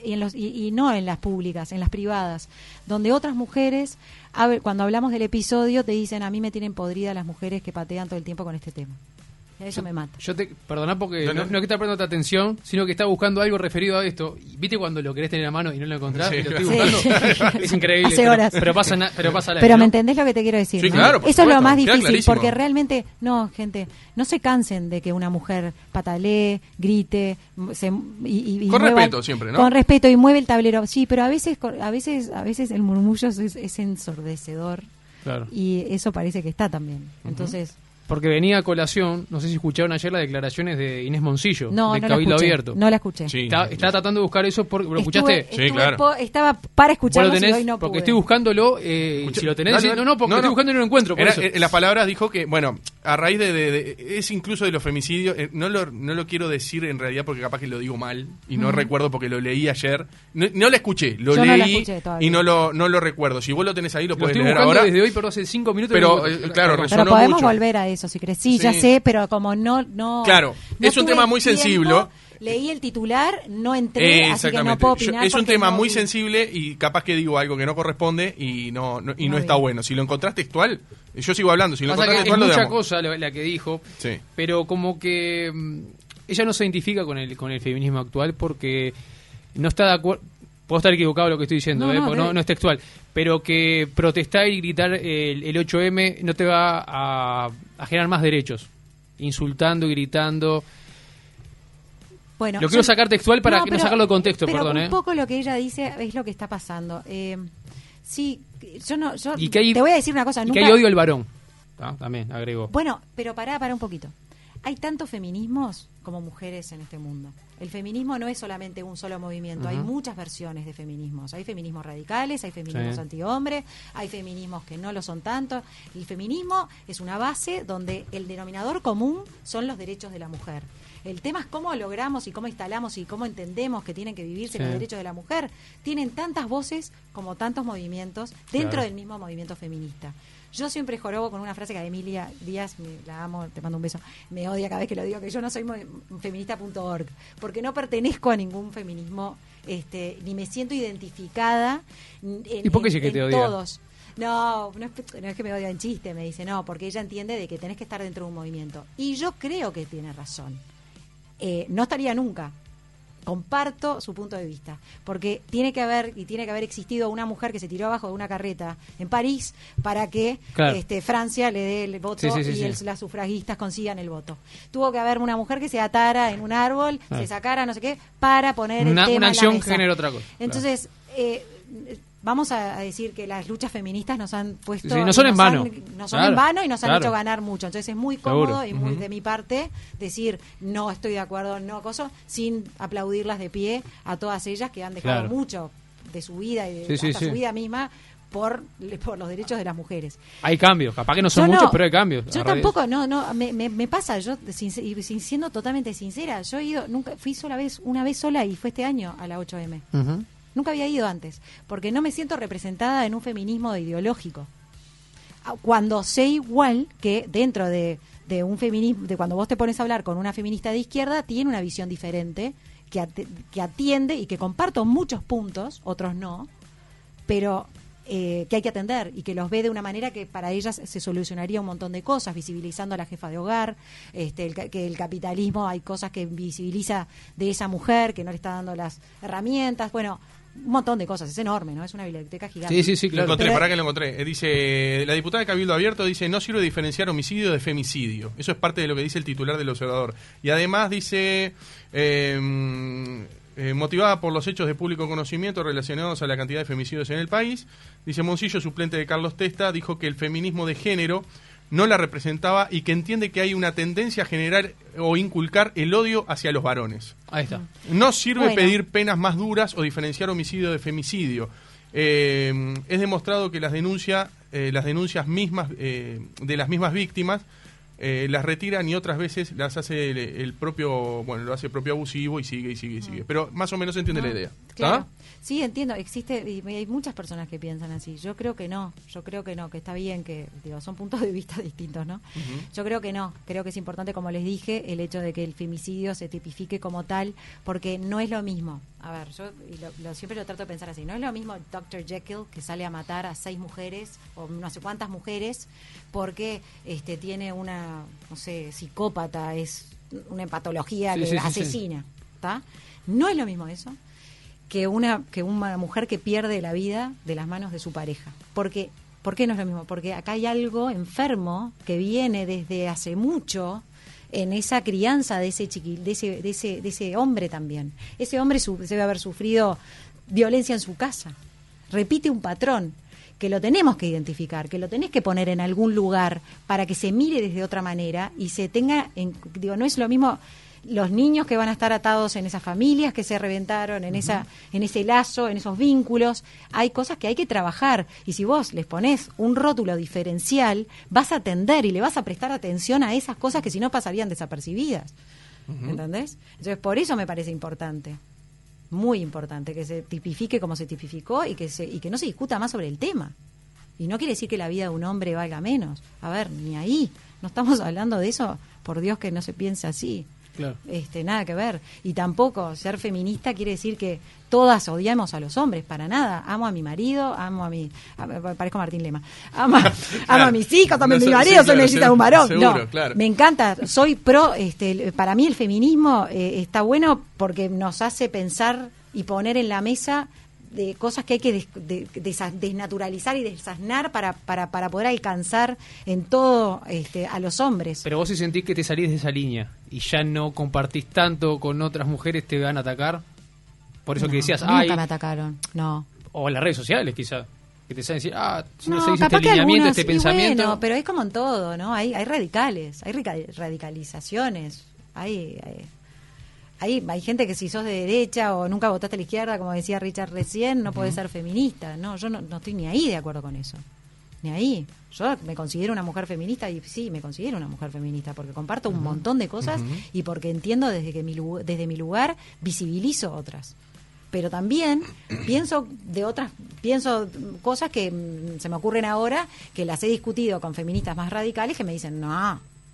[SPEAKER 3] Y no en las públicas, en las privadas, donde otras mujeres, cuando hablamos del episodio, te dicen, a mí me tienen podrida las mujeres que patean todo el tiempo con este tema. Y a eso me mata.
[SPEAKER 4] Perdoná porque no es que está prestando atención, sino que está buscando algo referido a esto. ¿Viste cuando lo querés tener a mano y no lo encontrás? Sí, y lo estoy buscando. Sí. Es increíble.
[SPEAKER 3] Hace horas.
[SPEAKER 4] Pero pasa la
[SPEAKER 3] Pero ¿me entendés lo que te quiero decir?
[SPEAKER 2] Sí,
[SPEAKER 3] ¿no?
[SPEAKER 2] claro,
[SPEAKER 3] eso es lo más difícil, porque realmente, gente, no se cansen de que una mujer patalee, grite, y
[SPEAKER 2] con respeto siempre, ¿no?
[SPEAKER 3] Con respeto y mueve el tablero. Sí, pero a veces el murmullo es ensordecedor.
[SPEAKER 4] Claro.
[SPEAKER 3] Y eso parece que está también. Entonces...
[SPEAKER 4] Porque venía a colación, no sé si escucharon ayer las declaraciones de Inés Moncillo, de
[SPEAKER 3] la
[SPEAKER 4] Cabildo
[SPEAKER 3] escuché,
[SPEAKER 4] Abierto.
[SPEAKER 3] No la escuché.
[SPEAKER 4] Sí. Estaba tratando de buscar eso, ¿lo escuchaste?
[SPEAKER 2] Sí, claro.
[SPEAKER 3] Estaba para escucharlo y hoy no pude.
[SPEAKER 4] Porque estoy buscándolo, si lo tenés, estoy buscando y no lo encuentro. Por eso.
[SPEAKER 2] En las palabras dijo que, bueno, a raíz es incluso de los femicidios, no lo quiero decir en realidad porque capaz que lo digo mal y no recuerdo porque lo leí ayer. No la escuché, lo leí y no lo recuerdo. Si vos lo tenés ahí, lo podés leer ahora.
[SPEAKER 4] Desde hoy, pero hace 5 minutos.
[SPEAKER 2] Pero claro, resonó
[SPEAKER 3] pero podemos
[SPEAKER 2] mucho.
[SPEAKER 3] Volver a eso si querés. Sí, ya sé, pero como no
[SPEAKER 2] claro, es un tema muy sensible.
[SPEAKER 3] Leí el titular, no entré, así que no puedo opinar.
[SPEAKER 2] Es un tema muy sensible y capaz que digo algo que no corresponde y no está bueno. Si lo encontrás textual, yo sigo hablando. Si lo encontrás textual,
[SPEAKER 4] es mucha cosa la que dijo, sí. Pero como que ella no se identifica con el feminismo actual porque no está de acuerdo. Puedo estar equivocado lo que estoy diciendo, porque no es textual, pero que protestar y gritar el 8M no te va a generar más derechos, insultando y gritando.
[SPEAKER 3] Bueno,
[SPEAKER 4] lo quiero sacar textual para no sacarlo de contexto,
[SPEAKER 3] pero
[SPEAKER 4] perdón.
[SPEAKER 3] Un poco lo que ella dice es lo que está pasando. Sí, yo
[SPEAKER 4] te
[SPEAKER 3] voy a decir una cosa.
[SPEAKER 4] Y que hay odio al varón, también agregó.
[SPEAKER 3] Bueno, pero pará un poquito. Hay tantos feminismos como mujeres en este mundo. El feminismo no es solamente un solo movimiento, hay muchas versiones de feminismos. Hay feminismos radicales, hay feminismos antihombre, hay feminismos que no lo son tanto. El feminismo es una base donde el denominador común son los derechos de la mujer. El tema es cómo logramos y cómo instalamos y cómo entendemos que tienen que vivirse los derechos de la mujer. Tienen tantas voces como tantos movimientos dentro del mismo movimiento feminista. Yo siempre jorobo con una frase que a Emilia Díaz, la amo, te mando un beso, me odia cada vez que lo digo, que yo no soy feminista.org, porque no pertenezco a ningún feminismo, ni me siento identificada
[SPEAKER 4] ¿Y por qué sí que te odia?
[SPEAKER 3] todos. No es que me odia en chiste, me dice, no, porque ella entiende de que tenés que estar dentro de un movimiento. Y yo creo que tiene razón. No estaría nunca. Comparto su punto de vista, porque tiene que haber existido una mujer que se tiró abajo de una carreta en París para que Francia le dé el voto las sufragistas consigan el voto. Tuvo que haber una mujer que se atara en un árbol, se sacara no sé qué, para poner el tema
[SPEAKER 4] una acción
[SPEAKER 3] en la mesa.
[SPEAKER 4] genera otra cosa.
[SPEAKER 3] Entonces, vamos a decir que las luchas feministas nos han puesto...
[SPEAKER 4] Sí, no son en vano.
[SPEAKER 3] No son en vano y nos han hecho ganar mucho. Entonces es muy cómodo y muy de mi parte decir no estoy de acuerdo, no acoso, sin aplaudirlas de pie a todas ellas que han dejado mucho de su vida y de su vida misma por los derechos de las mujeres.
[SPEAKER 4] Hay cambios, capaz que no son muchos, pero hay cambios.
[SPEAKER 3] Yo tampoco, me pasa, yo siendo totalmente sincera, yo he ido, fui una vez sola y fue este año a la 8M. Nunca había ido antes, porque no me siento representada en un feminismo ideológico. Cuando sé igual que dentro de un feminismo, de cuando vos te pones a hablar con una feminista de izquierda, tiene una visión diferente, que atiende y que comparto muchos puntos, otros no, pero que hay que atender y que los ve de una manera que para ellas se solucionaría un montón de cosas, visibilizando a la jefa de hogar, que el capitalismo hay cosas que visibiliza de esa mujer, que no le está dando las herramientas, bueno, un montón de cosas, es enorme, ¿no? Es una biblioteca gigante.
[SPEAKER 4] Sí, claro.
[SPEAKER 2] Lo encontré, para que lo encontré. Dice, la diputada de Cabildo Abierto dice, no sirve diferenciar homicidio de femicidio. Eso es parte de lo que dice el titular del Observador. Y además dice, motivada por los hechos de público conocimiento relacionados a la cantidad de femicidios en el país, dice Moncillo, suplente de Carlos Testa, dijo que el feminismo de género no la representaba y que entiende que hay una tendencia a generar o inculcar el odio hacia los varones.
[SPEAKER 4] Ahí está.
[SPEAKER 2] No sirve pedir penas más duras o diferenciar homicidio de femicidio. Es demostrado que las denuncias mismas de las mismas víctimas las retiran y otras veces las hace el propio, lo hace el propio abusivo y sigue. Pero más o menos entiende la idea.
[SPEAKER 3] Claro. Sí, entiendo, existe y hay muchas personas que piensan así. Yo creo que no, que está bien que, son puntos de vista distintos, ¿no? Yo creo que no, creo que es importante, como les dije, el hecho de que el femicidio se tipifique como tal, porque no es lo mismo. A ver, yo siempre lo trato de pensar así, no es lo mismo Dr. Jekyll que sale a matar a 6 mujeres o no sé cuántas mujeres porque tiene una, no sé, psicópata, es una patología que asesina, ¿está? No es lo mismo eso que una mujer que pierde la vida de las manos de su pareja. ¿Por qué no es lo mismo? Porque acá hay algo enfermo que viene desde hace mucho en esa crianza de ese hombre también. Ese hombre debe haber sufrido violencia en su casa. Repite un patrón que lo tenemos que identificar, que lo tenés que poner en algún lugar para que se mire desde otra manera y se tenga, no es lo mismo los niños que van a estar atados en esas familias que se reventaron, en ese lazo, en esos vínculos. Hay cosas que hay que trabajar y si vos les ponés un rótulo diferencial, vas a atender y le vas a prestar atención a esas cosas que si no pasarían desapercibidas. ¿Entendés? Entonces, por eso me parece importante, muy importante, que se tipifique como se tipificó y que no se discuta más sobre el tema. Y no quiere decir que la vida de un hombre valga menos. A ver, ni ahí. No estamos hablando de eso, por Dios que no se piense así.
[SPEAKER 4] Claro.
[SPEAKER 3] Nada que ver. Y tampoco ser feminista quiere decir que todas odiamos a los hombres, para nada. Amo a mi marido, parezco Martín Lema. Amo a mis hijos, también mi marido, soy necesita de un varón.
[SPEAKER 2] Seguro, claro.
[SPEAKER 3] Me encanta, soy pro, para mí el feminismo está bueno porque nos hace pensar y poner en la mesa de cosas que hay que desnaturalizar y desasnar para poder alcanzar en todo a los hombres.
[SPEAKER 4] Pero vos si sentís que te salís de esa línea y ya no compartís tanto con otras mujeres, ¿te van a atacar? Por eso que decías,
[SPEAKER 3] nunca me atacaron, no.
[SPEAKER 4] O en las redes sociales quizás, que te saben decir,
[SPEAKER 3] no
[SPEAKER 4] seguís este lineamiento, este pensamiento.
[SPEAKER 3] Bueno, pero es como en todo, ¿no? Hay radicales, hay radicalizaciones, hay gente que si sos de derecha o nunca votaste a la izquierda, como decía Richard recién, no podés ser feminista. No, yo no estoy ni ahí de acuerdo con eso. Ni ahí. Yo me considero una mujer feminista y sí, me considero una mujer feminista porque comparto un montón de cosas y porque entiendo desde mi lugar visibilizo otras. Pero también pienso cosas que se me ocurren ahora, que las he discutido con feministas más radicales que me dicen, no,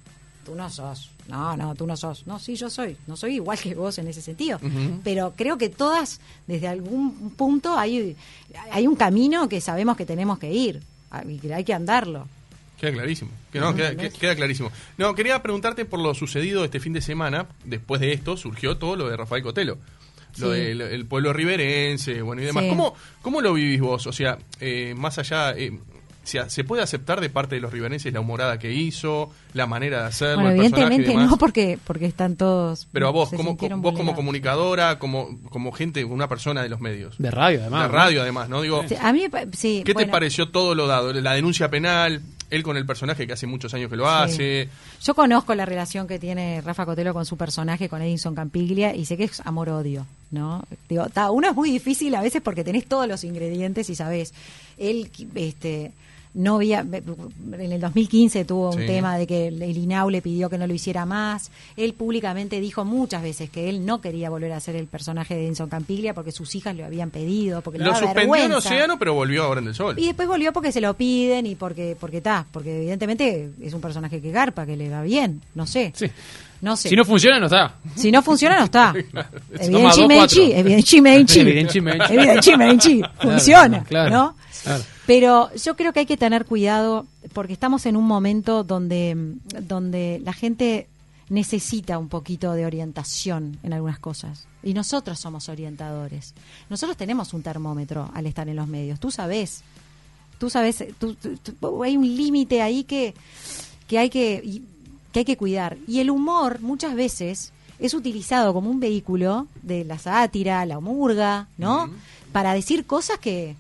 [SPEAKER 3] tú no sos. No, tú no sos. No, sí, yo soy. No soy igual que vos en ese sentido. Pero creo que todas, desde algún punto, hay un camino que sabemos que tenemos que ir y que hay que andarlo.
[SPEAKER 2] Queda clarísimo. Queda clarísimo. No, quería preguntarte por lo sucedido este fin de semana. Después de esto surgió todo lo de Rafael Cotelo. Lo del el pueblo riverense, bueno, y demás.
[SPEAKER 3] Sí.
[SPEAKER 2] ¿Cómo lo vivís vos? O sea, más allá... ¿se puede aceptar de parte de los riverenses la humorada que hizo, la manera de hacerlo,
[SPEAKER 3] bueno,
[SPEAKER 2] el personaje
[SPEAKER 3] evidentemente
[SPEAKER 2] y demás?
[SPEAKER 3] no, porque están todos...
[SPEAKER 2] Pero a vos,
[SPEAKER 3] se
[SPEAKER 2] vos
[SPEAKER 3] sintieron
[SPEAKER 2] como
[SPEAKER 3] vulnerados.
[SPEAKER 2] comunicadora, como gente, una persona de los medios.
[SPEAKER 4] De radio, además.
[SPEAKER 2] De radio, además, ¿no? Digo,
[SPEAKER 3] Sí, a mí, sí,
[SPEAKER 2] ¿qué te pareció todo lo dado? La denuncia penal, él con el personaje que hace muchos años que lo hace...
[SPEAKER 3] Yo conozco la relación que tiene Rafa Cotelo con su personaje, con Edinson Campiglia, y sé que es amor-odio, ¿no? Digo, uno es muy difícil a veces porque tenés todos los ingredientes y sabés. Él, no había, en el 2015 tuvo un tema de que el INAU le pidió que no lo hiciera más. Él públicamente dijo muchas veces que él no quería volver a ser el personaje de Edinson Campiglia porque sus hijas lo habían pedido, porque le
[SPEAKER 2] lo
[SPEAKER 3] daba
[SPEAKER 2] suspendió
[SPEAKER 3] vergüenza.
[SPEAKER 2] en Océano, pero volvió ahora en El Sol.
[SPEAKER 3] Y después volvió porque se lo piden y porque evidentemente es un personaje que garpa, que le va bien, no sé.
[SPEAKER 4] Sí.
[SPEAKER 3] No sé.
[SPEAKER 4] Si no funciona, no está.
[SPEAKER 3] Si no funciona, no está.
[SPEAKER 4] Toma 2-4.
[SPEAKER 3] Evidentemente, funciona,
[SPEAKER 4] claro,
[SPEAKER 3] ¿no?
[SPEAKER 4] Claro.
[SPEAKER 3] Pero yo creo que hay que tener cuidado porque estamos en un momento donde la gente necesita un poquito de orientación en algunas cosas. Y nosotros somos orientadores. Nosotros tenemos un termómetro al estar en los medios. Tú sabes, hay un límite ahí que hay que cuidar. Y el humor muchas veces es utilizado como un vehículo de la sátira, la murga, ¿no? Para decir cosas que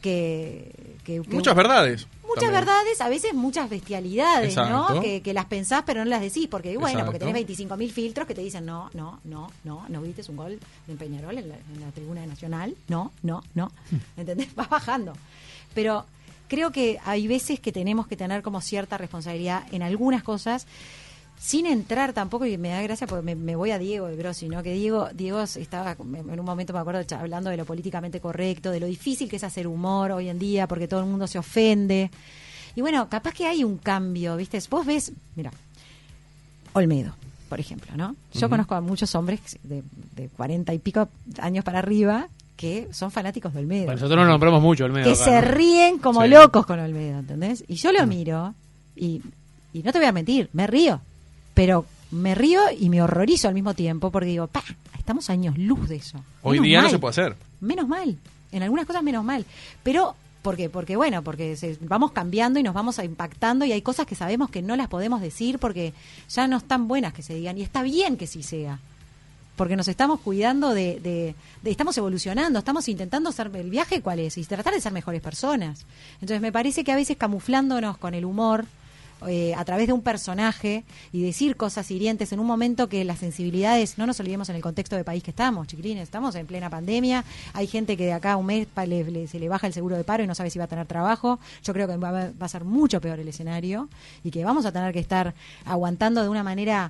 [SPEAKER 2] muchas verdades.
[SPEAKER 3] Muchas
[SPEAKER 2] también.
[SPEAKER 3] verdades, a veces muchas bestialidades,
[SPEAKER 2] Exacto.
[SPEAKER 3] ¿no? Que las pensás pero no las decís, porque bueno,
[SPEAKER 2] Exacto.
[SPEAKER 3] porque tenés 25.000 filtros que te dicen no grites un gol de Peñarol en la tribuna de Nacional, no, ¿entendés? Vas bajando. Pero creo que hay veces que tenemos que tener como cierta responsabilidad en algunas cosas, sin entrar tampoco, y me da gracia porque me voy a Diego de Brosi, ¿no? Que Diego estaba, en un momento me acuerdo, hablando de lo políticamente correcto, de lo difícil que es hacer humor hoy en día, porque todo el mundo se ofende. Y bueno, capaz que hay un cambio, ¿viste? Vos ves, mira, Olmedo, por ejemplo, ¿no? Yo conozco a muchos hombres de 40 y pico años para arriba que son fanáticos de Olmedo.
[SPEAKER 4] Bueno, nosotros no nombramos mucho Olmedo.
[SPEAKER 3] Que
[SPEAKER 4] acá,
[SPEAKER 3] se
[SPEAKER 4] ¿no?
[SPEAKER 3] ríen como locos con Olmedo, ¿entendés? Y yo lo miro y no te voy a mentir, me río. Pero me río y me horrorizo al mismo tiempo porque digo, estamos a años luz de eso.
[SPEAKER 2] Hoy día no se puede hacer.
[SPEAKER 3] Menos mal. En algunas cosas menos mal. Pero, ¿por qué? Porque vamos cambiando y nos vamos impactando y hay cosas que sabemos que no las podemos decir porque ya no están buenas que se digan. Y está bien que sí sea. Porque nos estamos cuidando estamos evolucionando, estamos intentando hacer el viaje, ¿cuál es? Y tratar de ser mejores personas. Entonces me parece que a veces camuflándonos con el humor, a través de un personaje y decir cosas hirientes en un momento que las sensibilidades, no nos olvidemos en el contexto de país que estamos, chiquilines, estamos en plena pandemia, hay gente que de acá a un mes se le baja el seguro de paro y no sabe si va a tener trabajo. Yo creo que va a ser mucho peor el escenario y que vamos a tener que estar aguantando de una manera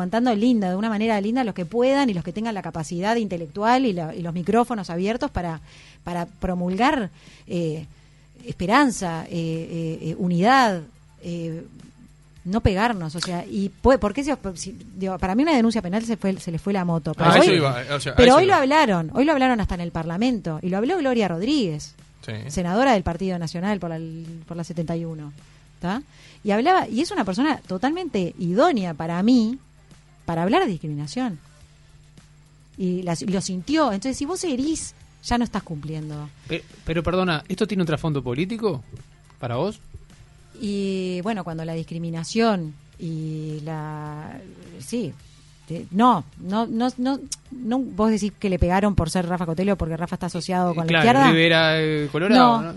[SPEAKER 3] linda los que puedan y los que tengan la capacidad intelectual y los micrófonos abiertos para promulgar esperanza, unidad, no pegarnos, o sea, y porque para mí una denuncia penal se le fue la moto, pero hoy lo hablaron hasta en el Parlamento y lo habló Gloria Rodríguez, senadora del Partido Nacional por la 71, ¿tá? Y hablaba, y es una persona totalmente idónea para mí para hablar de discriminación y lo sintió. Entonces, si vos herís, ya no estás cumpliendo.
[SPEAKER 4] Pero perdona, ¿esto tiene un trasfondo político para vos?
[SPEAKER 3] Y bueno, cuando la discriminación y no, vos decís que le pegaron por ser Rafa Cotelo porque Rafa está asociado con la izquierda.
[SPEAKER 4] Rivera Colorado.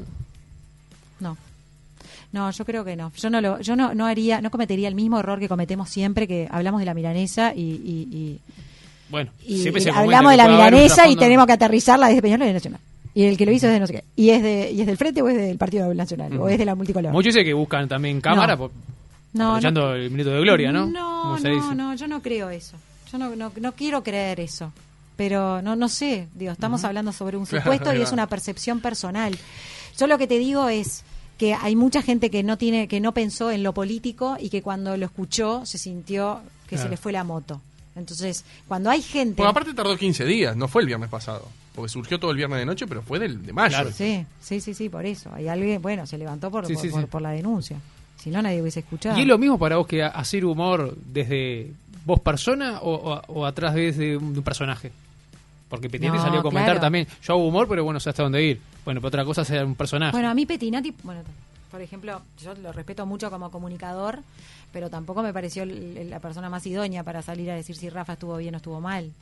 [SPEAKER 3] No, yo creo que no. Yo no cometería el mismo error que cometemos siempre, que hablamos de la milanesa
[SPEAKER 4] bueno,
[SPEAKER 3] y
[SPEAKER 4] siempre se
[SPEAKER 3] hablamos de la milanesa y tenemos que aterrizarla desde Peñarol y de Nacional. Y el que lo hizo es de no sé qué. Y es del Frente o es del Partido Nacional, o es de la multicolor.
[SPEAKER 4] Muchos dicen que buscan también cámara, aprovechando el minuto de gloria, ¿no?
[SPEAKER 3] No, yo no creo eso. Yo no quiero creer eso. Pero no sé, estamos hablando sobre un supuesto y es una percepción personal. Yo lo que te digo es que hay mucha gente que no pensó en lo político y que cuando lo escuchó se sintió que se le fue la moto. Entonces, cuando hay gente...
[SPEAKER 2] Porque aparte tardó 15 días, no fue el viernes pasado. Porque surgió todo el viernes de noche, pero fue de mayo.
[SPEAKER 3] Claro. Sí, por eso. Hay alguien, bueno, se levantó por la denuncia. Si no, nadie hubiese escuchado.
[SPEAKER 4] ¿Y es lo mismo para vos que hacer humor desde vos persona o atrás de un personaje? Porque Pettinati salió a comentar también. Yo hago humor, pero bueno, sé hasta dónde ir. Bueno, pero otra cosa es ser un personaje.
[SPEAKER 3] Bueno, a mí Pettinati, por ejemplo, yo lo respeto mucho como comunicador, pero tampoco me pareció la persona más idónea para salir a decir si Rafa estuvo bien o estuvo mal.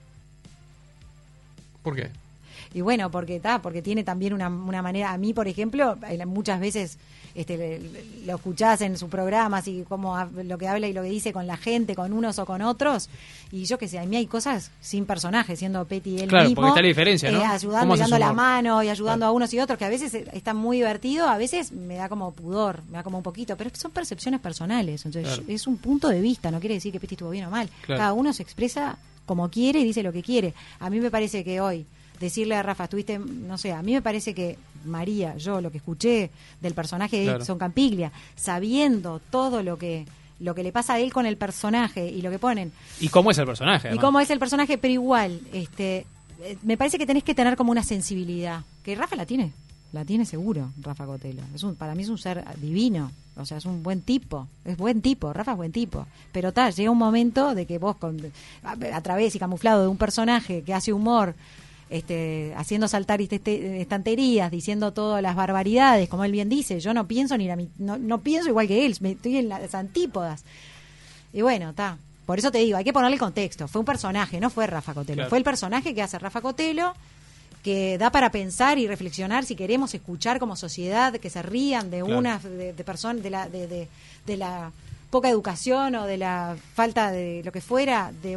[SPEAKER 2] ¿Por qué?
[SPEAKER 3] Y bueno, porque tiene también una manera. A mí, por ejemplo, muchas veces lo escuchás en sus programas y cómo lo que habla y lo que dice con la gente, con unos o con otros. Y yo qué sé, a mí hay cosas sin personaje, siendo Petty él mismo.
[SPEAKER 4] Porque está la diferencia, ¿no?
[SPEAKER 3] Ayudando y dando la mano y ayudando a unos y otros, que a veces están muy divertidos, a veces me da como pudor, me da como un poquito, pero son percepciones personales. Entonces es un punto de vista, no quiere decir que Petty estuvo bien o mal. Cada uno se expresa como quiere y dice lo que quiere. A mí me parece que hoy decirle a Rafa, estuviste, no sé, a mí me parece que María, yo lo que escuché del personaje de Edson Campiglia, sabiendo todo lo que le pasa a él con el personaje y lo que ponen.
[SPEAKER 4] ¿Y cómo es el personaje? Además.
[SPEAKER 3] Y cómo es el personaje, pero igual, me parece que tenés que tener como una sensibilidad, que Rafa la tiene seguro, Rafa Cotelo. Para mí es un ser divino, o sea, es un buen tipo, Rafa es buen tipo, pero llega un momento de que vos a través y camuflado de un personaje que hace humor, haciendo saltar estanterías, diciendo todas las barbaridades, como él bien dice, yo no pienso no pienso igual que él, estoy en las antípodas. Y bueno, por eso te digo, hay que ponerle contexto, fue un personaje, no fue Rafa Cotelo, fue el personaje que hace Rafa Cotelo, que da para pensar y reflexionar si queremos escuchar como sociedad que se rían de de personas de la poca educación o de la falta de lo que fuera de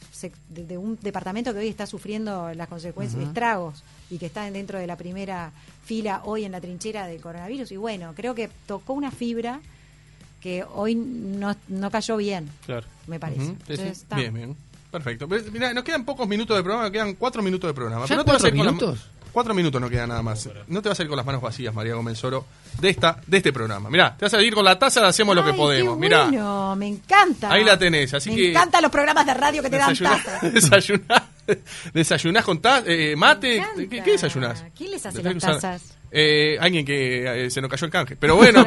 [SPEAKER 3] un departamento que hoy está sufriendo las consecuencias, estragos, y que está dentro de la primera fila hoy en la trinchera del coronavirus. Y bueno, creo que tocó una fibra que hoy no cayó bien, me parece. Entonces,
[SPEAKER 2] bien. Perfecto. Mirá, nos quedan pocos minutos de programa, quedan 4 minutos de programa.
[SPEAKER 4] ¿Ya 4 minutos?
[SPEAKER 2] 4 minutos no queda nada más. No te vas a ir con las manos vacías, María Gómez Soro, de este programa. Mirá, te vas a ir con la taza de Hacemos lo que podemos.
[SPEAKER 3] Qué
[SPEAKER 2] Mirá.
[SPEAKER 3] Bueno, me encanta.
[SPEAKER 2] Ahí la tenés, así
[SPEAKER 3] me encantan los programas de radio que te dan tazas.
[SPEAKER 2] Desayunás con mate. ¿Qué desayunás?
[SPEAKER 3] ¿Quién les hace las tazas?
[SPEAKER 2] Alguien que se nos cayó el canje. Pero bueno,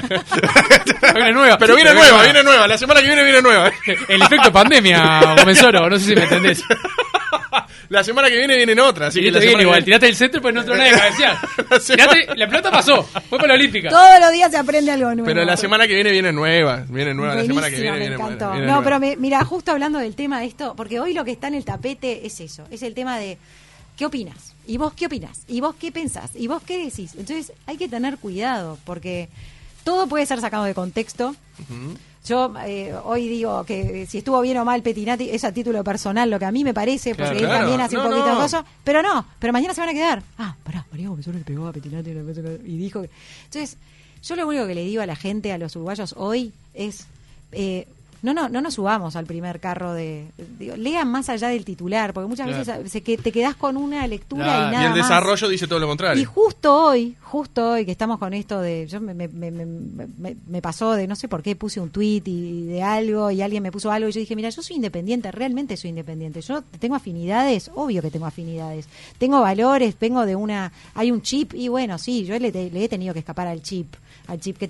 [SPEAKER 2] viene nueva. Pero viene nueva. La semana que viene nueva.
[SPEAKER 4] El efecto pandemia, Gómez Soro, no sé si me entendés.
[SPEAKER 2] La semana que viene otra. Así que la
[SPEAKER 4] viene igual, tirate el centro, pues no entró nadie a cabecear. La pelota pasó, fue para la Olímpica.
[SPEAKER 3] Todos los días se aprende algo nuevo.
[SPEAKER 2] Pero la semana que viene nueva.
[SPEAKER 3] Buenísimo,
[SPEAKER 2] la semana que viene.
[SPEAKER 3] Me encantó. No, pero mira, justo hablando del tema de esto, porque hoy lo que está en el tapete es eso, es el tema de ¿qué opinas? ¿Y vos qué opinás? ¿Y vos qué pensás? ¿Y vos qué decís? Entonces hay que tener cuidado, porque todo puede ser sacado de contexto. Yo hoy digo que si estuvo bien o mal Pettinati es a título personal lo que a mí me parece, porque él también hace un poquito de cosas, pero mañana se van a quedar. Pará, María Gómez Soro le pegó a Pettinati y dijo que... Entonces, yo lo único que le digo a la gente, a los uruguayos hoy es... No nos subamos al primer carro lean más allá del titular, porque muchas veces te quedás con una lectura y nada más.
[SPEAKER 2] Y el desarrollo dice todo lo contrario.
[SPEAKER 3] Y justo hoy que estamos con esto de... Yo me pasó de no sé por qué puse un tuit y de algo y alguien me puso algo y yo dije, mira, yo soy independiente, realmente soy independiente. Yo tengo afinidades, obvio que tengo afinidades. Tengo valores, vengo de hay un chip y bueno, sí, yo le he tenido que escapar al chip que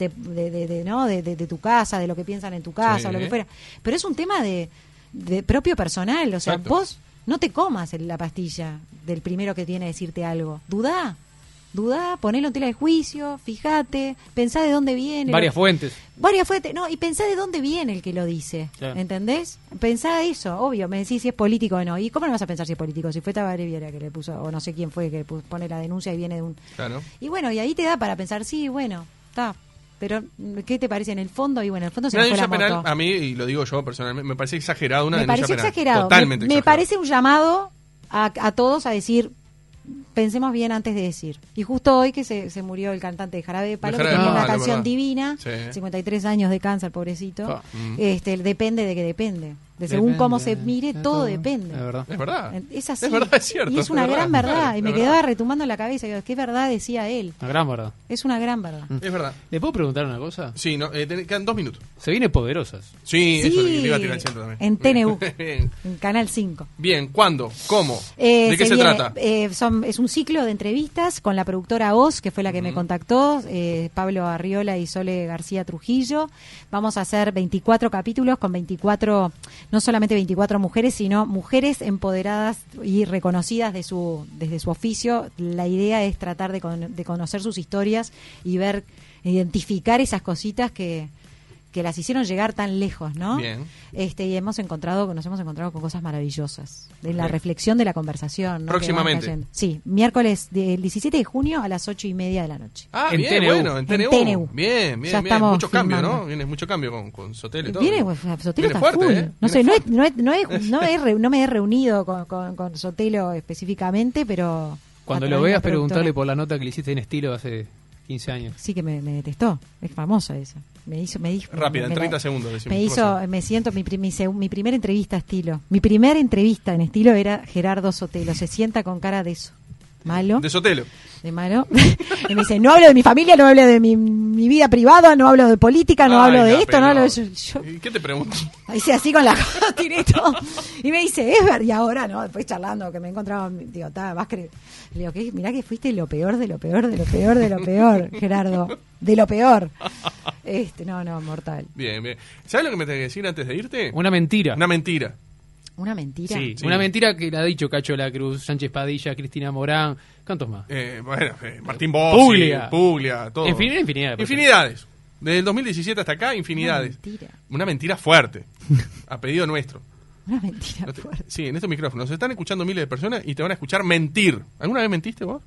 [SPEAKER 3] de tu casa, de lo que piensan en tu casa, o lo que fuera. Pero es un tema de propio personal, o sea, vos no te comas la pastilla del primero que viene a decirte algo. Dudá, ponelo en tela de juicio, fíjate, pensá de dónde viene.
[SPEAKER 4] Varias fuentes,
[SPEAKER 3] y pensá de dónde viene el que lo dice, ¿entendés? Pensá eso, obvio, me decís si es político o no. ¿Y cómo no vas a pensar si es político? Si fue Tabaré Viera que le puso, o no sé quién fue que pone la denuncia y viene de un...
[SPEAKER 2] Claro.
[SPEAKER 3] Y bueno, y ahí te da para pensar, sí, bueno, está... Pero, ¿qué te parece en el fondo? Y bueno, en el fondo se me fue la moto.
[SPEAKER 2] Penal, a mí, y lo digo yo personalmente, me parece exagerado una
[SPEAKER 3] denuncia
[SPEAKER 2] penal.
[SPEAKER 3] Me pareció exagerado.
[SPEAKER 2] Totalmente
[SPEAKER 3] me parece un llamado a todos a decir, pensemos bien antes de decir. Y justo hoy que se murió el cantante de Jarabe de Palo, que tenía una canción divina, 53 años de cáncer, pobrecito. Depende de que depende. De según
[SPEAKER 4] Depende,
[SPEAKER 3] cómo se mire, todo depende.
[SPEAKER 4] Es verdad.
[SPEAKER 2] Es verdad.
[SPEAKER 3] Es así.
[SPEAKER 2] Es verdad, es cierto.
[SPEAKER 3] Y es una
[SPEAKER 2] es
[SPEAKER 3] gran verdad.
[SPEAKER 2] claro,
[SPEAKER 3] Y
[SPEAKER 2] es
[SPEAKER 3] me
[SPEAKER 2] verdad.
[SPEAKER 3] quedaba retumbando en la cabeza. Digo, ¿qué verdad decía él?
[SPEAKER 4] Una gran verdad.
[SPEAKER 3] Es una gran verdad.
[SPEAKER 2] Es verdad.
[SPEAKER 4] ¿Le puedo preguntar una cosa?
[SPEAKER 2] Sí, no, quedan 2 minutos.
[SPEAKER 4] Se viene Poderosas.
[SPEAKER 2] Sí,
[SPEAKER 3] Sí,
[SPEAKER 2] eso le iba a tirar al centro también.
[SPEAKER 3] en TNU.
[SPEAKER 2] Bien.
[SPEAKER 3] En Canal 5.
[SPEAKER 2] Bien, ¿cuándo? ¿Cómo? ¿De qué se
[SPEAKER 3] viene,
[SPEAKER 2] trata?
[SPEAKER 3] Es un ciclo de entrevistas con la productora Oz, que fue la que me contactó, Pablo Arriola y Sole García Trujillo. Vamos a hacer 24 capítulos con 24, no solamente 24 mujeres, sino mujeres empoderadas y reconocidas desde su oficio. La idea es tratar de conocer sus historias y identificar esas cositas que las hicieron llegar tan lejos, ¿no?
[SPEAKER 2] Bien.
[SPEAKER 3] Y nos hemos encontrado con cosas maravillosas. De la reflexión, de la conversación, ¿no?
[SPEAKER 2] Próximamente.
[SPEAKER 3] Que van cayendo. Sí, miércoles del 17 de junio a las 8:30 de la noche.
[SPEAKER 2] Ah,
[SPEAKER 4] En
[SPEAKER 2] bien,
[SPEAKER 4] TNU.
[SPEAKER 2] bueno, en TNU.
[SPEAKER 3] TNU.
[SPEAKER 2] Bien, bien,
[SPEAKER 3] Ya
[SPEAKER 2] bien.
[SPEAKER 3] estamos
[SPEAKER 2] Mucho cambio,
[SPEAKER 3] filmando.
[SPEAKER 2] ¿no? Viene mucho cambio con Sotelo y todo.
[SPEAKER 3] Viene, Sotelo
[SPEAKER 2] Viene
[SPEAKER 3] está
[SPEAKER 2] fuerte,
[SPEAKER 3] full.
[SPEAKER 2] ¿eh?
[SPEAKER 3] No sé,
[SPEAKER 2] Viene
[SPEAKER 3] no me he reunido con Sotelo específicamente, pero...
[SPEAKER 4] Cuando
[SPEAKER 3] a
[SPEAKER 4] lo
[SPEAKER 3] través de
[SPEAKER 4] veas,
[SPEAKER 3] la productora.
[SPEAKER 4] preguntarle por la nota que le hiciste en estilo hace 15 años.
[SPEAKER 3] Sí, que me detestó. Es famosa esa. Me dijo...
[SPEAKER 2] Rápida, en
[SPEAKER 3] me
[SPEAKER 2] 30
[SPEAKER 3] la-
[SPEAKER 2] segundos. decimos.
[SPEAKER 3] Me
[SPEAKER 2] ¿Qué pasó?
[SPEAKER 3] me siento, mi primera entrevista a estilo. Mi primera entrevista en estilo era Gerardo Sotelo. Se sienta con cara de eso. Malo.
[SPEAKER 2] De Sotelo.
[SPEAKER 3] De malo. Y me dice, no hablo de mi familia, no hablo de mi vida privada, no hablo de política, no
[SPEAKER 2] Ay,
[SPEAKER 3] hablo de
[SPEAKER 2] la
[SPEAKER 3] esto, no hablo de
[SPEAKER 2] pelota.
[SPEAKER 3] eso. Yo
[SPEAKER 2] ¿Y qué te pregunto?
[SPEAKER 3] hice así con la tiré todo. Y me dice, es verdad. Y ahora, ¿no? Después charlando, que me encontraba, digo, vas Le digo, ¿qué? Mirá que fuiste lo peor, de lo peor, de lo peor, de lo peor, Gerardo. De lo peor. No, mortal.
[SPEAKER 2] Bien, bien. ¿Sabes lo que me tenés que decir antes de irte?
[SPEAKER 4] Una mentira.
[SPEAKER 2] Una mentira.
[SPEAKER 3] ¿Una mentira?
[SPEAKER 4] Sí,
[SPEAKER 2] Sí.
[SPEAKER 4] una mentira que la ha dicho Cacho La Cruz, Sánchez Padilla, Cristina Morán. ¿Cuántos más?
[SPEAKER 2] Martín Bossi,
[SPEAKER 4] Puglia.
[SPEAKER 2] todo.
[SPEAKER 4] Infinidad de personas.
[SPEAKER 2] Infinidades. Desde el 2017 hasta acá, infinidades. Una mentira fuerte. A pedido nuestro.
[SPEAKER 3] Una mentira
[SPEAKER 2] No te-
[SPEAKER 3] fuerte.
[SPEAKER 2] Sí, en estos micrófonos. Se están escuchando miles de personas y te van a escuchar mentir. ¿Alguna vez mentiste vos?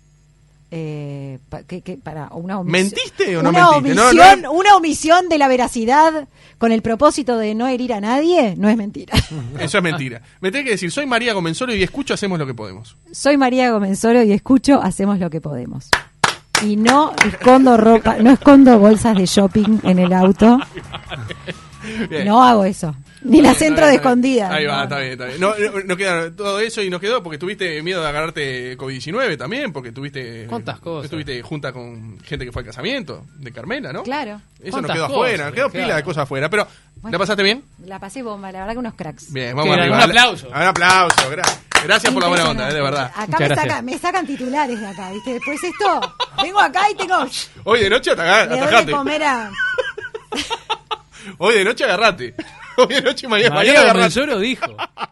[SPEAKER 3] Para una omisión.
[SPEAKER 2] ¿Mentiste o no
[SPEAKER 3] una
[SPEAKER 2] mentiste? No,
[SPEAKER 3] Omisión,
[SPEAKER 2] no-
[SPEAKER 3] una omisión de la veracidad con el propósito de no herir a nadie no es mentira.
[SPEAKER 2] Eso es mentira. Me tenés que decir, soy María Gomenzoro y escucho Hacemos lo que podemos.
[SPEAKER 3] Soy María Gomenzoro y escucho Hacemos lo que podemos. Y no escondo ropa, no escondo bolsas de shopping en el auto.
[SPEAKER 2] Bien.
[SPEAKER 3] No hago eso. Ni la
[SPEAKER 2] Está
[SPEAKER 3] centro
[SPEAKER 2] bien,
[SPEAKER 3] de
[SPEAKER 2] está bien.
[SPEAKER 3] escondida.
[SPEAKER 2] Ahí va,
[SPEAKER 3] No,
[SPEAKER 2] está bien, está bien. No queda todo eso y no quedó porque tuviste miedo de agarrarte COVID-19 también, porque tuviste...
[SPEAKER 4] ¿Cuántas cosas?
[SPEAKER 2] Estuviste junta con gente que fue al casamiento de Carmela, ¿no?
[SPEAKER 3] Claro.
[SPEAKER 2] Eso no
[SPEAKER 4] ¿Cuántas
[SPEAKER 2] quedó
[SPEAKER 4] cosas?
[SPEAKER 2] afuera, quedó
[SPEAKER 4] Claro.
[SPEAKER 2] pila de cosas afuera. Pero,
[SPEAKER 3] Bueno.
[SPEAKER 2] ¿la pasaste bien?
[SPEAKER 3] La pasé bomba, la verdad que unos cracks.
[SPEAKER 2] Bien, vamos
[SPEAKER 4] Qué
[SPEAKER 2] arriba.
[SPEAKER 4] un aplauso.
[SPEAKER 2] Un aplauso, gracias por la buena onda,
[SPEAKER 3] Impresionante.
[SPEAKER 2] de verdad.
[SPEAKER 3] Acá
[SPEAKER 4] Muchas gracias.
[SPEAKER 3] me sacan titulares de acá, ¿viste? Después esto, vengo acá y tengo...
[SPEAKER 2] Hoy de noche
[SPEAKER 3] Le doy de
[SPEAKER 2] atajate.
[SPEAKER 3] comer a...
[SPEAKER 2] Hoy de noche agarrate. Hoy de noche y mañana
[SPEAKER 4] María
[SPEAKER 2] agarrate.
[SPEAKER 4] Gomenzoro dijo.